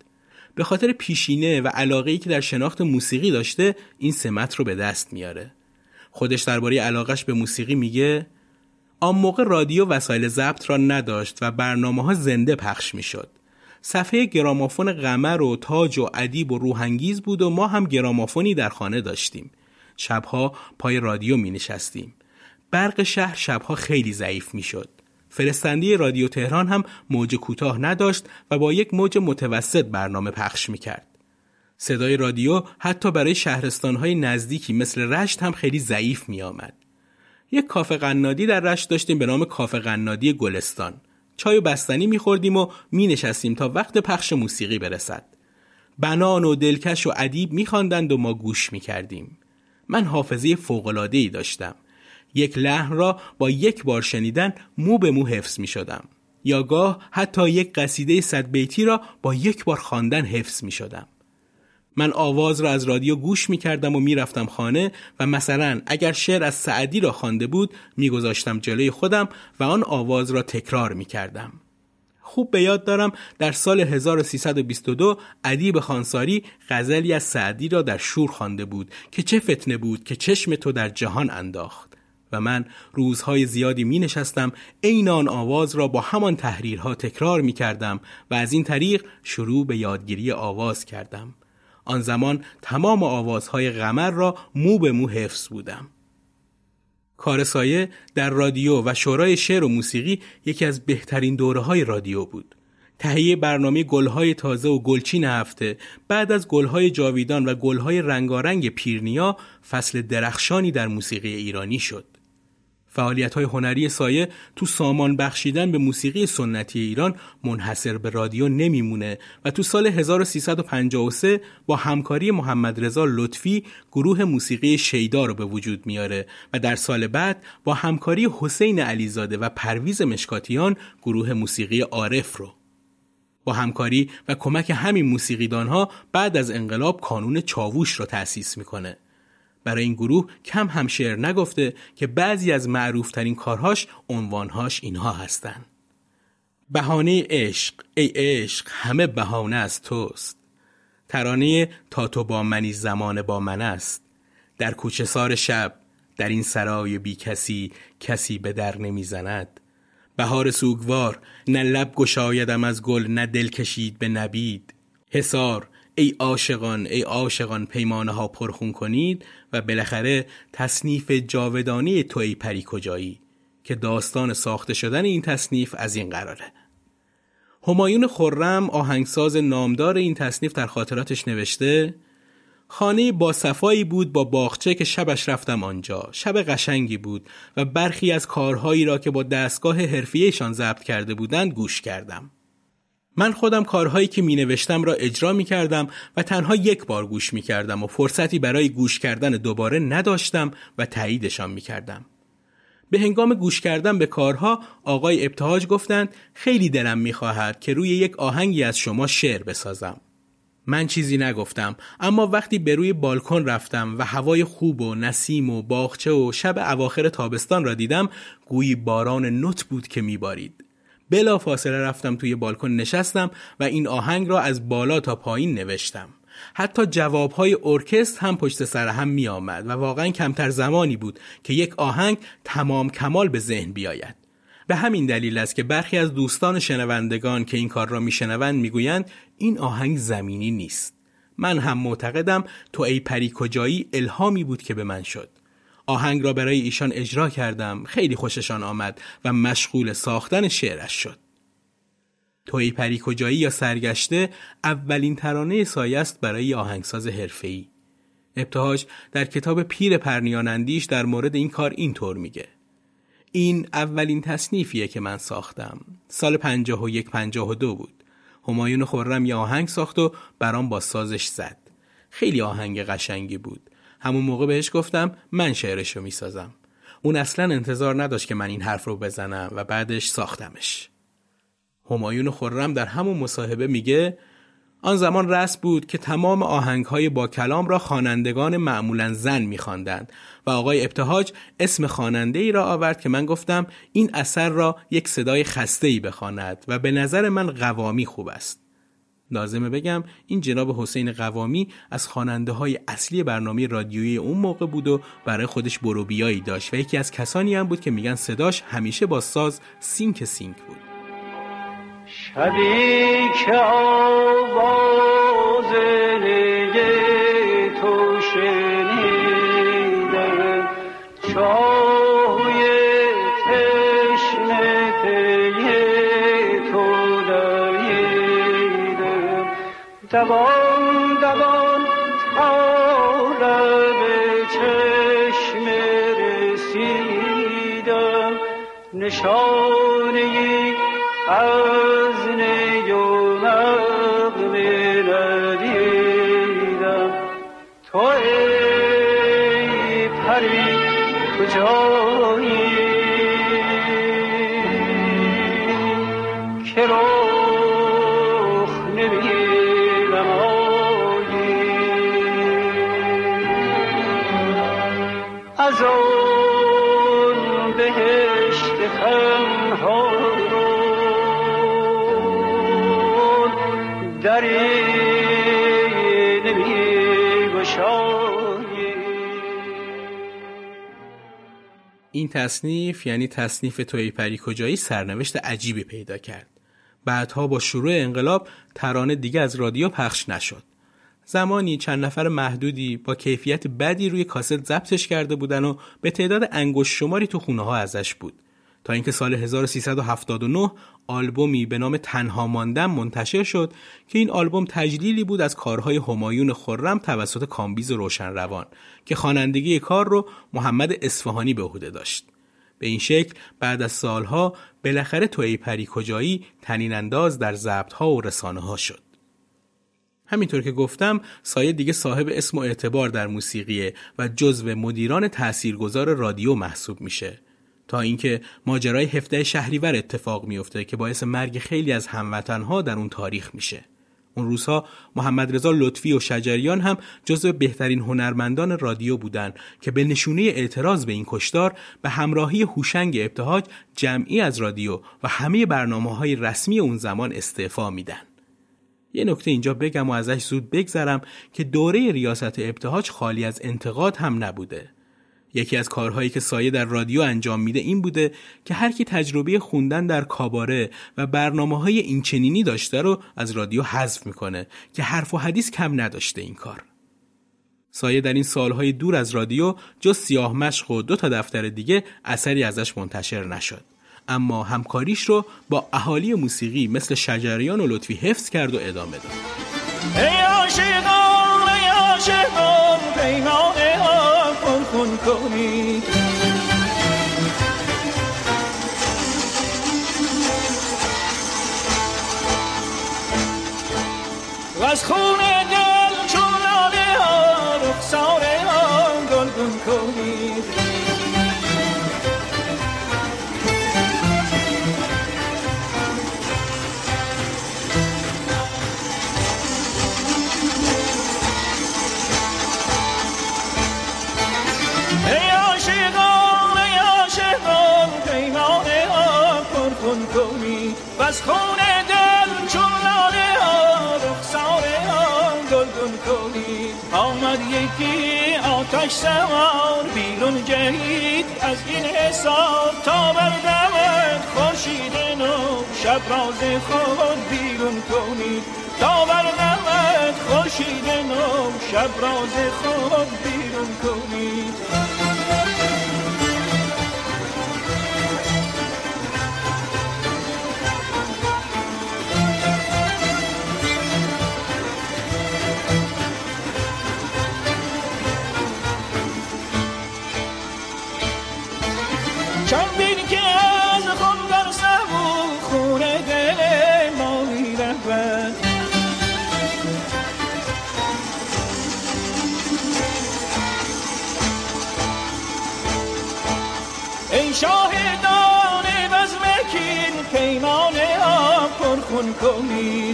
Speaker 5: به خاطر پیشینه و علاقه‌ای که در شناخت موسیقی داشته این سمت رو به دست میاره. خودش درباره علاقش به موسیقی میگه آن موقع رادیو وسایل ضبط را نداشت و برنامه‌ها زنده پخش میشد. صفحه گرامافون قمر و تاج و ادیب و روحانگیز بود و ما هم گرامافونی در خانه داشتیم. شبها پای رادیو می نشستیم. برق شهر شبها خیلی ضعیف می شد. فرستنده رادیو تهران هم موج کوتاه نداشت و با یک موج متوسط برنامه پخش می کرد. صدای رادیو حتی برای شهرستانهای نزدیکی مثل رشت هم خیلی ضعیف می آمد. یک کافه قنادی در رشت داشتیم به نام کافه قنادی گلستان. چای و بستنی می خوردیم و می نشستیم تا وقت پخش موسیقی برسد. بنان و دلکش و ادیب می خواندند و ما گوش می کردیم. من حافظه فوق‌العاده‌ای داشتم. یک لحن را با یک بار شنیدن مو به مو حفظ می شدم. یا گاه حتی یک قصیده صد بیتی را با یک بار خواندن حفظ می شدم. من آواز را از رادیو گوش می کردم و می رفتم خانه و مثلا اگر شعر از سعدی را خوانده بود می گذاشتم جلوی خودم و آن آواز را تکرار می کردم. خوب به یاد دارم در سال هزار و سیصد و بیست و دو ادیب خانساری غزلی از سعدی را در شور خوانده بود که چه فتنه بود که چشم تو در جهان انداخت و من روزهای زیادی می نشستم عین آن آواز را با همان تحریرها تکرار می کردم و از این طریق شروع به یادگیری آواز کردم. آن زمان تمام آوازهای قمر را مو به مو حفظ بودم. کار سایه در رادیو و شورای شعر و موسیقی یکی از بهترین دوره‌های رادیو بود. تهیه برنامه گل‌های تازه و گلچین هفته بعد از گل‌های جاویدان و گل‌های رنگارنگ پیرنیا فصل درخشانی در موسیقی ایرانی شد. فعالیت‌های هنری سایه تو سامان بخشیدن به موسیقی سنتی ایران منحصر به رادیو نمیمونه و تو سال هزار و سیصد و پنجاه و سه با همکاری محمد رضا لطفی گروه موسیقی شیدا رو به وجود میاره و در سال بعد با همکاری حسین علیزاده و پرویز مشکاتیان گروه موسیقی عارف رو. با همکاری و کمک همین موسیقیدان‌ها بعد از انقلاب کانون چاووش رو تأسیس میکنه. برای این گروه کم هم شعر نگفته که بعضی از معروفترین کارهاش عنوانهاش اینها هستن: بهانه عشق، ای عشق همه بهانه از توست. ترانه تا تو با منی زمان با من است. در کوچه سار شب، در این سرای بی کسی، کسی به در نمی زند. بهار سوگوار، نه لب گشایدم از گل، نه دل کشید به نبید. حصار، ای عاشقان ای عاشقان پیمانه ها پرخون کنید. و بالاخره تصنیف جاودانی تو ای پری کجایی که داستان ساخته شدن این تصنیف از این قراره. همایون خرم آهنگساز نامدار این تصنیف در خاطراتش نوشته: خانه با صفایی بود با باغچه که شبش رفتم آنجا. شب قشنگی بود و برخی از کارهایی را که با دستگاه حرفی‌ایشان ضبط کرده بودند گوش کردم. من خودم کارهایی که می نوشتم را اجرا می کردم و تنها یک بار گوش می کردم و فرصتی برای گوش کردن دوباره نداشتم و تاییدشان می کردم. به هنگام گوش کردن به کارها آقای ابتهاج گفتند خیلی دلم می خواهد که روی یک آهنگی از شما شعر بسازم. من چیزی نگفتم، اما وقتی به روی بالکن رفتم و هوای خوب و نسیم و باغچه و شب اواخر تابستان را دیدم، گویی باران نوت بود که می بارید. بلا فاصله رفتم توی بالکن نشستم و این آهنگ را از بالا تا پایین نوشتم. حتی جوابهای ارکستر هم پشت سر هم می آمد و واقعا کمتر زمانی بود که یک آهنگ تمام کمال به ذهن بیاید. به همین دلیل است که برخی از دوستان شنوندگان که این کار را می شنوند می گویند این آهنگ زمینی نیست. من هم معتقدم تو ای پری کجایی الهامی بود که به من شد. آهنگ را برای ایشان اجرا کردم، خیلی خوششان آمد و مشغول ساختن شعرش شد. تو ای پری کجایی یا سرگشته اولین ترانه سایه است برای آهنگساز حرفه‌ای. ابتهاج در کتاب پیر پرنیان اندیش در مورد این کار اینطور میگه: این اولین تصنیفیه که من ساختم. سال پنجاه و یک پنجاه و دو بود. همایون خرم یه آهنگ ساخت و برام با سازش زد. خیلی آهنگ قشنگی بود. همون موقع بهش گفتم من شعرشو میسازم. اون اصلا انتظار نداشت که من این حرف رو بزنم و بعدش ساختمش. همایون خرم در همون مصاحبه میگه آن زمان رسم بود که تمام آهنگ‌های با کلام را خوانندگان معمولاً زن می‌خواندند و آقای ابتهاج اسم خواننده‌ای را آورد که من گفتم این اثر را یک صدای خسته‌ای بخواند و به نظر من قوامی خوب است. لازمه بگم این جناب حسین قوامی از خواننده های اصلی برنامه رادیویی اون موقع بود و برای خودش بروبیایی داشت و یکی از کسانی هم بود که میگن صداش همیشه با ساز سینک سینک بود.
Speaker 8: شبی که آواز نگه تو شنیدم چاهوی تشنه پیه تو دویدم دوان دوان تا لب چشم رسیدم نشانه از نی و نغمه ندیدم تو ای پری کجایی که رخ نمی‌نمایی از آن بهشت خمها دری نمی‌گشایی.
Speaker 5: این تصنیف یعنی تصنیف تو ای پری کجایی سرنوشت عجیبی پیدا کرد. بعدها با شروع انقلاب ترانه دیگه از رادیو پخش نشد. زمانی چند نفر محدودی با کیفیت بدی روی کاست ضبطش کرده بودن و به تعداد انگشت شماری تو خونه ها ازش بود. تا اینکه سال هزار و سیصد و هفتاد و نه آلبومی به نام تنها ماندم منتشر شد که این آلبوم تجلیلی بود از کارهای همایون خرم توسط کامبیز روشنروان که خوانندگی کار رو محمد اصفهانی به عهده داشت. به این شکل بعد از سالها بالاخره تو ای پری کجایی طنین انداز در ضبط‌ها و رسانه‌ها شد. همینطور که گفتم سایه دیگه صاحب اسم و اعتبار در موسیقیه و جزو مدیران تاثیرگذار رادیو محسوب میشه. تا اینکه ماجرای هفده شهریور اتفاق میفته که باعث مرگ خیلی از هموطنها در اون تاریخ میشه. اون روزها محمد رضا لطفی و شجریان هم جزو بهترین هنرمندان رادیو بودن که به نشونه اعتراض به این کشتار به همراهی هوشنگ ابتهاج جمعی از رادیو و همه برنامه‌های رسمی اون زمان استعفا میدن. یه نکته اینجا بگم و ازش زود بگذرم که دوره ریاست ابتهاج خالی از انتقاد هم نبوده. یکی از کارهایی که سایه در رادیو انجام میده این بوده که هر کی تجربه خوندن در کاباره و برنامه‌های اینچنینی داشته رو از رادیو حذف میکنه که حرف و حدیث کم نداشته این کار. سایه در این سالهای دور از رادیو جز سیاه مشق و دو تا دفتر دیگه اثری ازش منتشر نشد. اما همکاریش رو با اهالی موسیقی مثل شجریان و لطفی حفظ کرد و ادامه داد.
Speaker 8: ای عاشقان ای عاشقان پیمانه ها پرخون کنید و از خون دل چون لاله ها رخساره ها گلگون کنید. از خون دل چون لاله ها رخساره ها گلگون کنید. آمد یکی آتش سوار بیرون جهید از این حساب تا بردمد خورشید نو شب راز خود بیرون کنید. تا بردمد خورشید نو شب راز خود بیرون کنید. چندین که از خون در سبو خون دل ما می رود ای شاهدان بزمکین پیمانه ها پرخون کنید.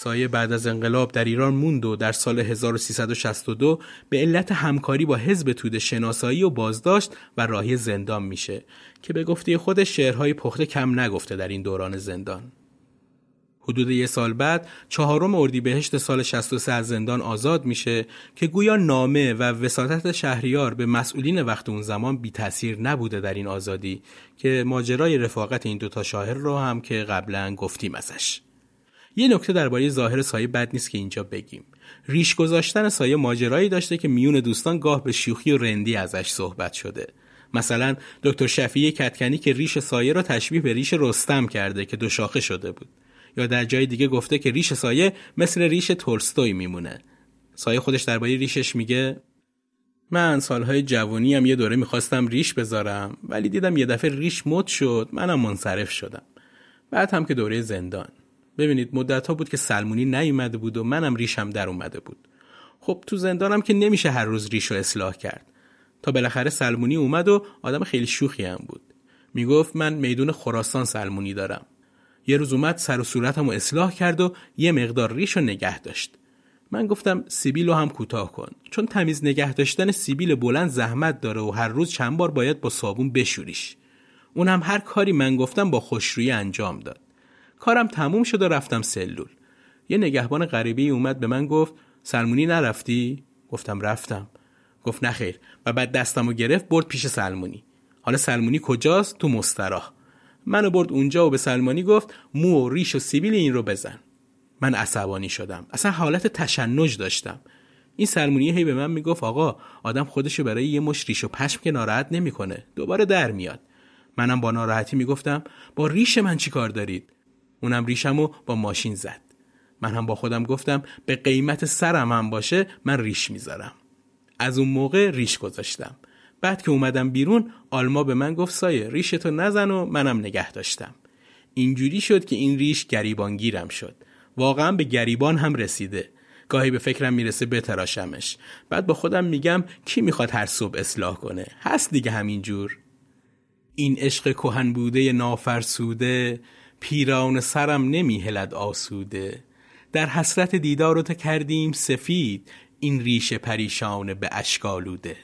Speaker 5: سایه بعد از انقلاب در ایران موند و در سال هزار و سیصد و شصت و دو به علت همکاری با حزب توده شناسایی و بازداشت و راهی زندان میشه که به گفته خودش شعرهای پخته کم نگفته در این دوران زندان. حدود یک سال بعد چهارم اردیبهشت سال شصت و سه از زندان آزاد میشه که گویا نامه و وساطت شهریار به مسئولین وقت اون زمان بی تأثیر نبوده در این آزادی که ماجرای رفاقت این دوتا شاعر رو هم که قبلا گفتیم ازش. یه نکته درباره ظاهر سایه بد نیست که اینجا بگیم. ریش گذاشتن سایه ماجرایی داشته که میون دوستان گاه به شوخی و رندی ازش صحبت شده. مثلا دکتر شفیعی کدکنی که ریش سایه را تشبیه به ریش رستم کرده که دو شاخه شده بود. یا در جای دیگه گفته که ریش سایه مثل ریش تولستوی میمونه. سایه خودش درباره ریشش میگه من سالهای جوانی هم یه دوره میخواستم ریش بذارم ولی دیدم یه دفعه ریش مد شد، منم منصرف شدم. بعد هم که دوره زندان. ببینید مدت‌ها بود که سلمونی نیومده بود و منم ریشم در اومده بود. خب تو زندانم که نمیشه هر روز ریشو اصلاح کرد. تا بالاخره سلمونی اومد و آدم خیلی شوخی هم بود. میگفت من میدون خراسان سلمونی دارم. یه روز اومد سر و صورتمو اصلاح کرد و یه مقدار ریشو نگه داشت. من گفتم سیبیلو هم کوتاه کن، چون تمیز نگه داشتن سیبیل بلند زحمت داره و هر روز چند بار باید با صابون بشوریش. اون هم هر کاری من گفتم با خوشرویی انجام داد. کارم تموم شد و رفتم سلول. یه نگهبان غریبه‌ای اومد به من گفت سلمونی نرفتی؟ گفتم رفتم. گفت نخیر و بعد دستمو گرفت برد پیش سلمونی. حالا سلمونی کجاست؟ تو مستراح. منو برد اونجا و به سلمانی گفت مو و ریش و سیبیل این رو بزن. من عصبانی شدم. اصلا حالت تشنج داشتم. این سلمونی هی به من میگفت آقا آدم خودشو برای یه مش ریش و پشم که ناراحت نمیکنه، دوباره در میاد. منم با ناراحتی میگفتم با ریش من چی کار دارید؟ اونم ریشمو با ماشین زد. من هم با خودم گفتم به قیمت سرم هم باشه من ریش میذارم. از اون موقع ریش گذاشتم. بعد که اومدم بیرون آلما به من گفت سایه ریشتو نزن و منم نگه داشتم. اینجوری شد که این ریش گریبانگیرم شد. واقعا به گریبان هم رسیده. گاهی به فکرم میرسه بتراشمش. بعد با خودم میگم کی میخواد هر صبح اصلاح کنه؟ هست دیگه همینجور. این عشق کهن بوده نافرسوده، پیران سرم نمیهلد آسوده. در حسرت دیدارت کردیم سفید، این ریش پریشان به اشک آلوده.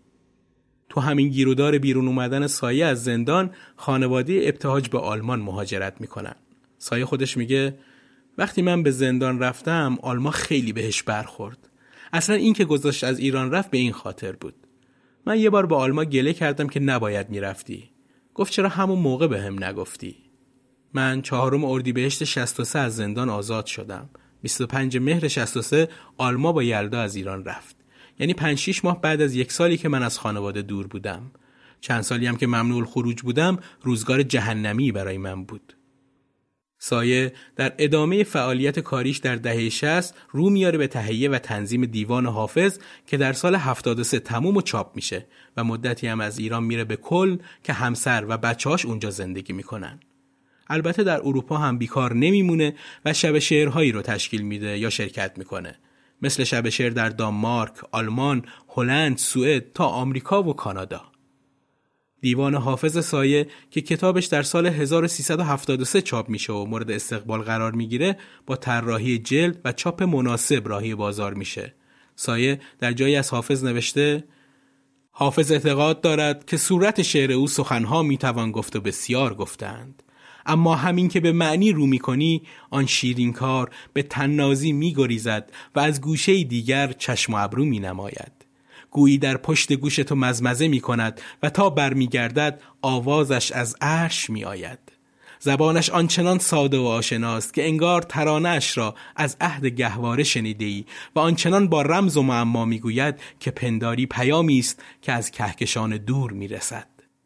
Speaker 5: تو همین گیرودار بیرون اومدن سایه از زندان، خانواده ابتهاج به آلمان مهاجرت میکنن. سایه خودش میگه وقتی من به زندان رفتم آلما خیلی بهش برخورد. اصلا این که گذاشت از ایران رفت به این خاطر بود. من یه بار به آلما گله کردم که نباید میرفتی. گفت چرا همون موقع بهم نگفتی؟ من چهارم اردیبهشت شصت و سه از زندان آزاد شدم. بیست و پنجم مهر شصت و سه آلما با یلدا از ایران رفت. یعنی پنج شش ماه بعد از یک سالی که من از خانواده دور بودم. چند سالی هم که ممنوع الخروج بودم، روزگار جهنمی برای من بود. سایه در ادامه فعالیت کاریش در دهه شصت رو میاره به تهیه و تنظیم دیوان حافظ که در سال هفتاد و سه تموم و چاپ میشه و مدتی هم از ایران میره به کل که همسر و بچه‌هاش اونجا زندگی میکنن. البته در اروپا هم بیکار نمیمونه و شب شعرهایی رو تشکیل میده یا شرکت میکنه. مثل شب شعر در دانمارک، آلمان، هلند، سوئد تا آمریکا و کانادا. دیوان حافظ سایه که کتابش در سال هزار و سیصد و هفتاد و سه چاپ میشه و مورد استقبال قرار میگیره، با طراحی جلد و چاپ مناسب راهی بازار میشه. سایه در جایی از حافظ نوشته حافظ اعتقاد دارد که صورت شعر او سخنها میتوان گفت و بسیار گفتند، اما همین که به معنی رو میکنی آن شیرین کار به طنازی میگریزد و از گوشه دیگر چشم و ابرو مینماید. گویی در پشت گوش تو مزمزه میکند و تا برمیگردد آوازش از عرش میآید. زبانش آنچنان ساده و آشناست که انگار ترانه‌اش را از عهد گهواره شنیده‌ای و آنچنان با رمز و معما میگوید که پنداری پیامی است که از کهکشان دور میرسد.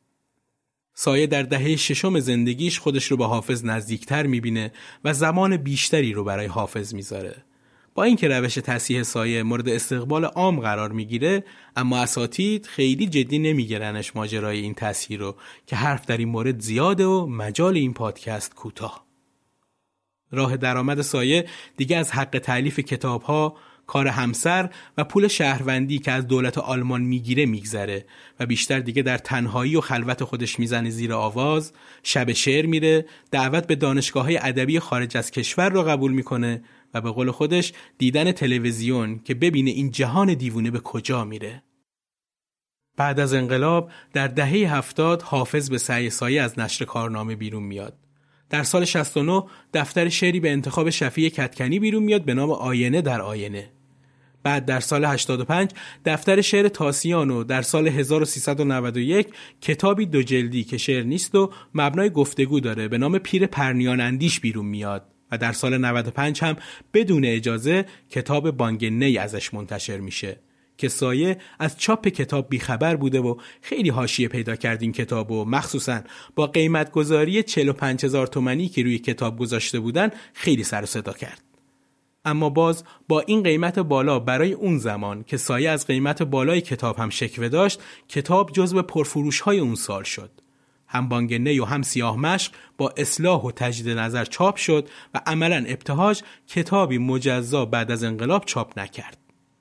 Speaker 5: سایه در دهه ششم زندگیش خودش رو به حافظ نزدیکتر میبینه و زمان بیشتری رو برای حافظ میذاره. با اینکه روش تصحیح سایه مورد استقبال عام قرار میگیره، اما اساتید خیلی جدی نمیگیرنش ماجرای این تصحیح رو که حرف در این مورد زیاده و مجال این پادکست کوتاه. راه درآمد سایه دیگه از حق تألیف کتاب‌ها، کار همسر و پول شهروندی که از دولت آلمان میگیره میگذره و بیشتر دیگه در تنهایی و خلوت خودش میزنه زیر آواز، شب شعر میره، دعوت به دانشگاه‌های ادبی خارج از کشور رو قبول میکنه و به قول خودش دیدن تلویزیون که ببینه این جهان دیوونه به کجا میره. بعد از انقلاب در دهه هفتاد حافظ به سعی سایه از نشر کارنامه بیرون میاد. در سال شصت و نه دفتر شعری به انتخاب شفیع کدکنی بیرون میاد به نام آینه در آینه. بعد در سال هشتاد و پنج دفتر شعر تاسیان و در سال هزار و سیصد و نود و یک کتابی دو جلدی که شعر نیست و مبنای گفتگو داره به نام پیر پرنیان اندیش بیرون میاد و در سال نود و پنج هم بدون اجازه کتاب بانگ نی ازش منتشر میشه که سایه از چاپ کتاب بیخبر بوده و خیلی حاشیه پیدا کرد این کتاب و مخصوصاً با قیمت گذاری چهل و پنج هزار تومانی که روی کتاب گذاشته بودن خیلی سر و صدا کرد. اما باز با این قیمت بالا برای اون زمان که سایه از قیمت بالای کتاب هم شکوه داشت، کتاب جزو پرفروش‌های اون سال شد. هم بانگ نی و هم سیاه مشق با اصلاح و تجدید نظر چاپ شد و عملاً ابتهاج کتابی مجزا بعد از انقلاب چاپ نکرد.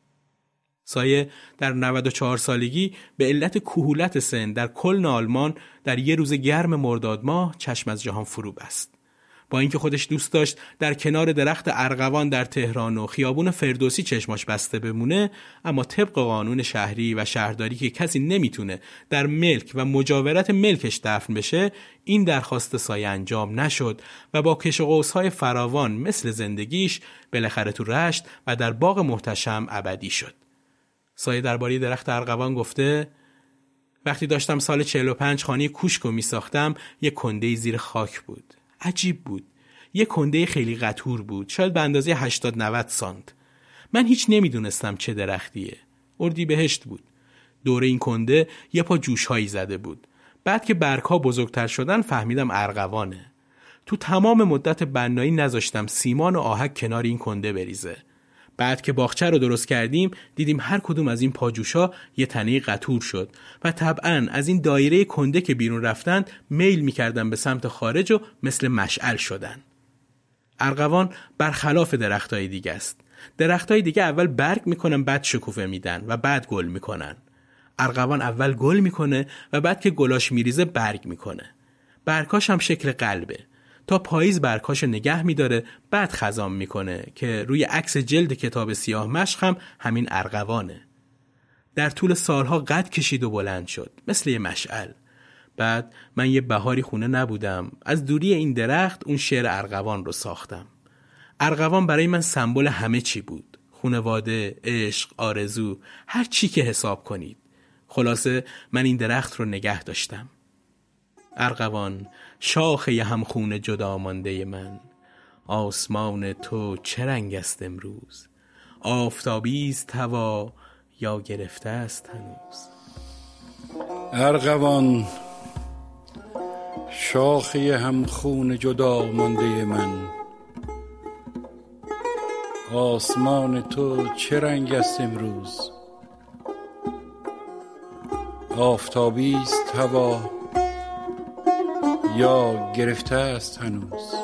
Speaker 5: سایه در نود و چهار سالگی به علت کهولت سن در کلن آلمان در یه روز گرم مرداد ماه چشم از جهان فرو بست. با اینکه خودش دوست داشت در کنار درخت ارغوان در تهران و خیابون فردوسی چشماش بسته بمونه، اما طبق قانون شهری و شهرداری که کسی نمیتونه در ملک و مجاورت ملکش دفن بشه، این درخواست سایه انجام نشد و با کش و قوس‌های فراوان مثل زندگیش بالاخره تو رشت و در باغ محتشم ابدی شد. سایه درباره درخت ارغوان گفته: وقتی داشتم سال چهل و پنج خانه کوشکو می ساختم، یک کنده زیر خاک بود. عجیب بود. یک کنده خیلی قطور بود، شاید به اندازه هشتاد نود سانت. من هیچ نمیدونستم چه درختیه. اردیبهشت بود. دور این کنده یه پا جوشهایی زده بود. بعد که برگ‌ها بزرگتر شدن فهمیدم ارغوانه. تو تمام مدت بنایی نذاشتم سیمان و آهک کنار این کنده بریزه. بعد که باغچه رو درست کردیم دیدیم هر کدوم از این پاجوشا یه تنه قطور شد و طبعاً از این دایره کنده که بیرون رفتند میل می‌کردن به سمت خارج و مثل مشعل شدن. ارغوان برخلاف درختای دیگه است. درختای دیگه اول برگ میکنن بعد شکوفه میدن و بعد گل میکنن. ارغوان اول گل میکنه و بعد که گلاش میریزه برگ میکنه. برگاش هم شکل قلبه. تا پاییز برگاشو نگه میداره بعد خزان میکنه که روی عکس جلد کتاب سیاه مشق هم همین ارغوانه. در طول سالها قد کشید و بلند شد مثل یه مشعل. بعد من یه بهاری خونه نبودم، از دوری این درخت اون شعر ارغوان رو ساختم. ارغوان برای من سمبل همه چی بود. خانواده، عشق، آرزو، هر چی که حساب کنید. خلاصه من این درخت رو نگه داشتم. ارغوان، شاخه همخون جدا مانده من، آسمان تو چه رنگ است امروز؟ آفتابی است هوا یا گرفته است هنوز؟
Speaker 6: ارغوان، شاخه همخون جدا مانده من، آسمان تو چه رنگ است امروز؟ آفتابی است هوا یا گرفته است هنوز؟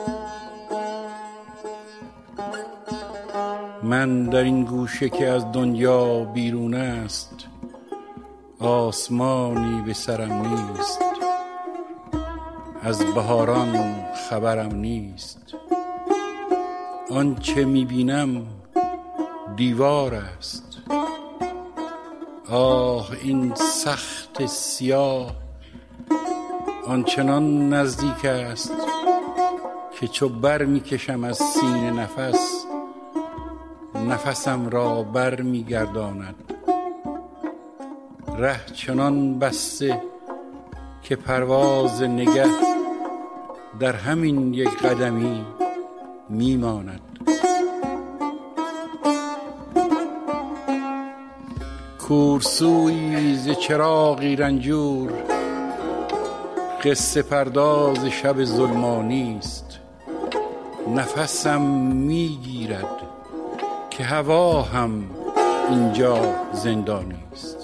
Speaker 6: من در این گوشه که از دنیا بیرون است، آسمانی به سرم نیست، از بهاران خبرم نیست. آنچه میبینم دیوار است، آه این سخت سیاه آنچنان نزدیک است که چو بر میکشم از سینه نفس، نفسم را بر میگرداند. ره چنان بسته که پرواز نگه در همین یک قدمی میماند. کورسویی ز چراغی رنجور، قصه پرداز شب ظلمانی است. نفسم میگیرد که هوا هم اینجا زندانی است.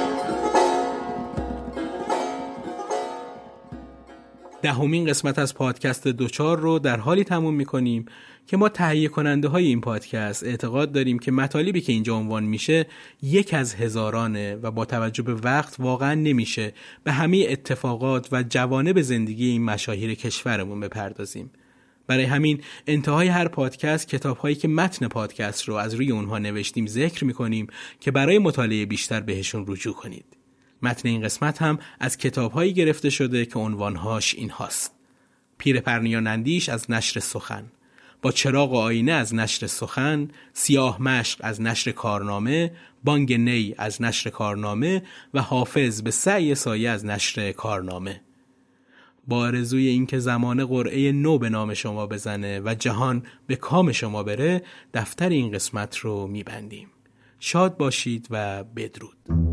Speaker 5: دهمین قسمت از پادکست دوچار رو در حالی تموم می‌کنیم که ما تهیه کننده های این پادکست اعتقاد داریم که مطالبی که اینجا عنوان میشه یک از هزارانه و با توجه به وقت واقعا نمیشه به همه اتفاقات و جوانب زندگی این مشاهیر کشورمون بپردازیم. برای همین انتهای هر پادکست کتاب‌هایی که متن پادکست رو از روی اونها نوشتیم ذکر می‌کنیم که برای مطالعه بیشتر بهشون رجوع کنید. متن این قسمت هم از کتاب‌هایی گرفته شده که عنوانهاش این هاست: پیر پرنیان اندیش از نشر سخن، با چراغ و آینه از نشر سخن، سیاه مشق از نشر کارنامه، بانگ نی از نشر کارنامه و حافظ به سعی سایه از نشر کارنامه. با آرزوی اینکه زمان قرعه نو به نام شما بزنه و جهان به کام شما بره، دفتر این قسمت رو میبندیم. شاد باشید و بدرود.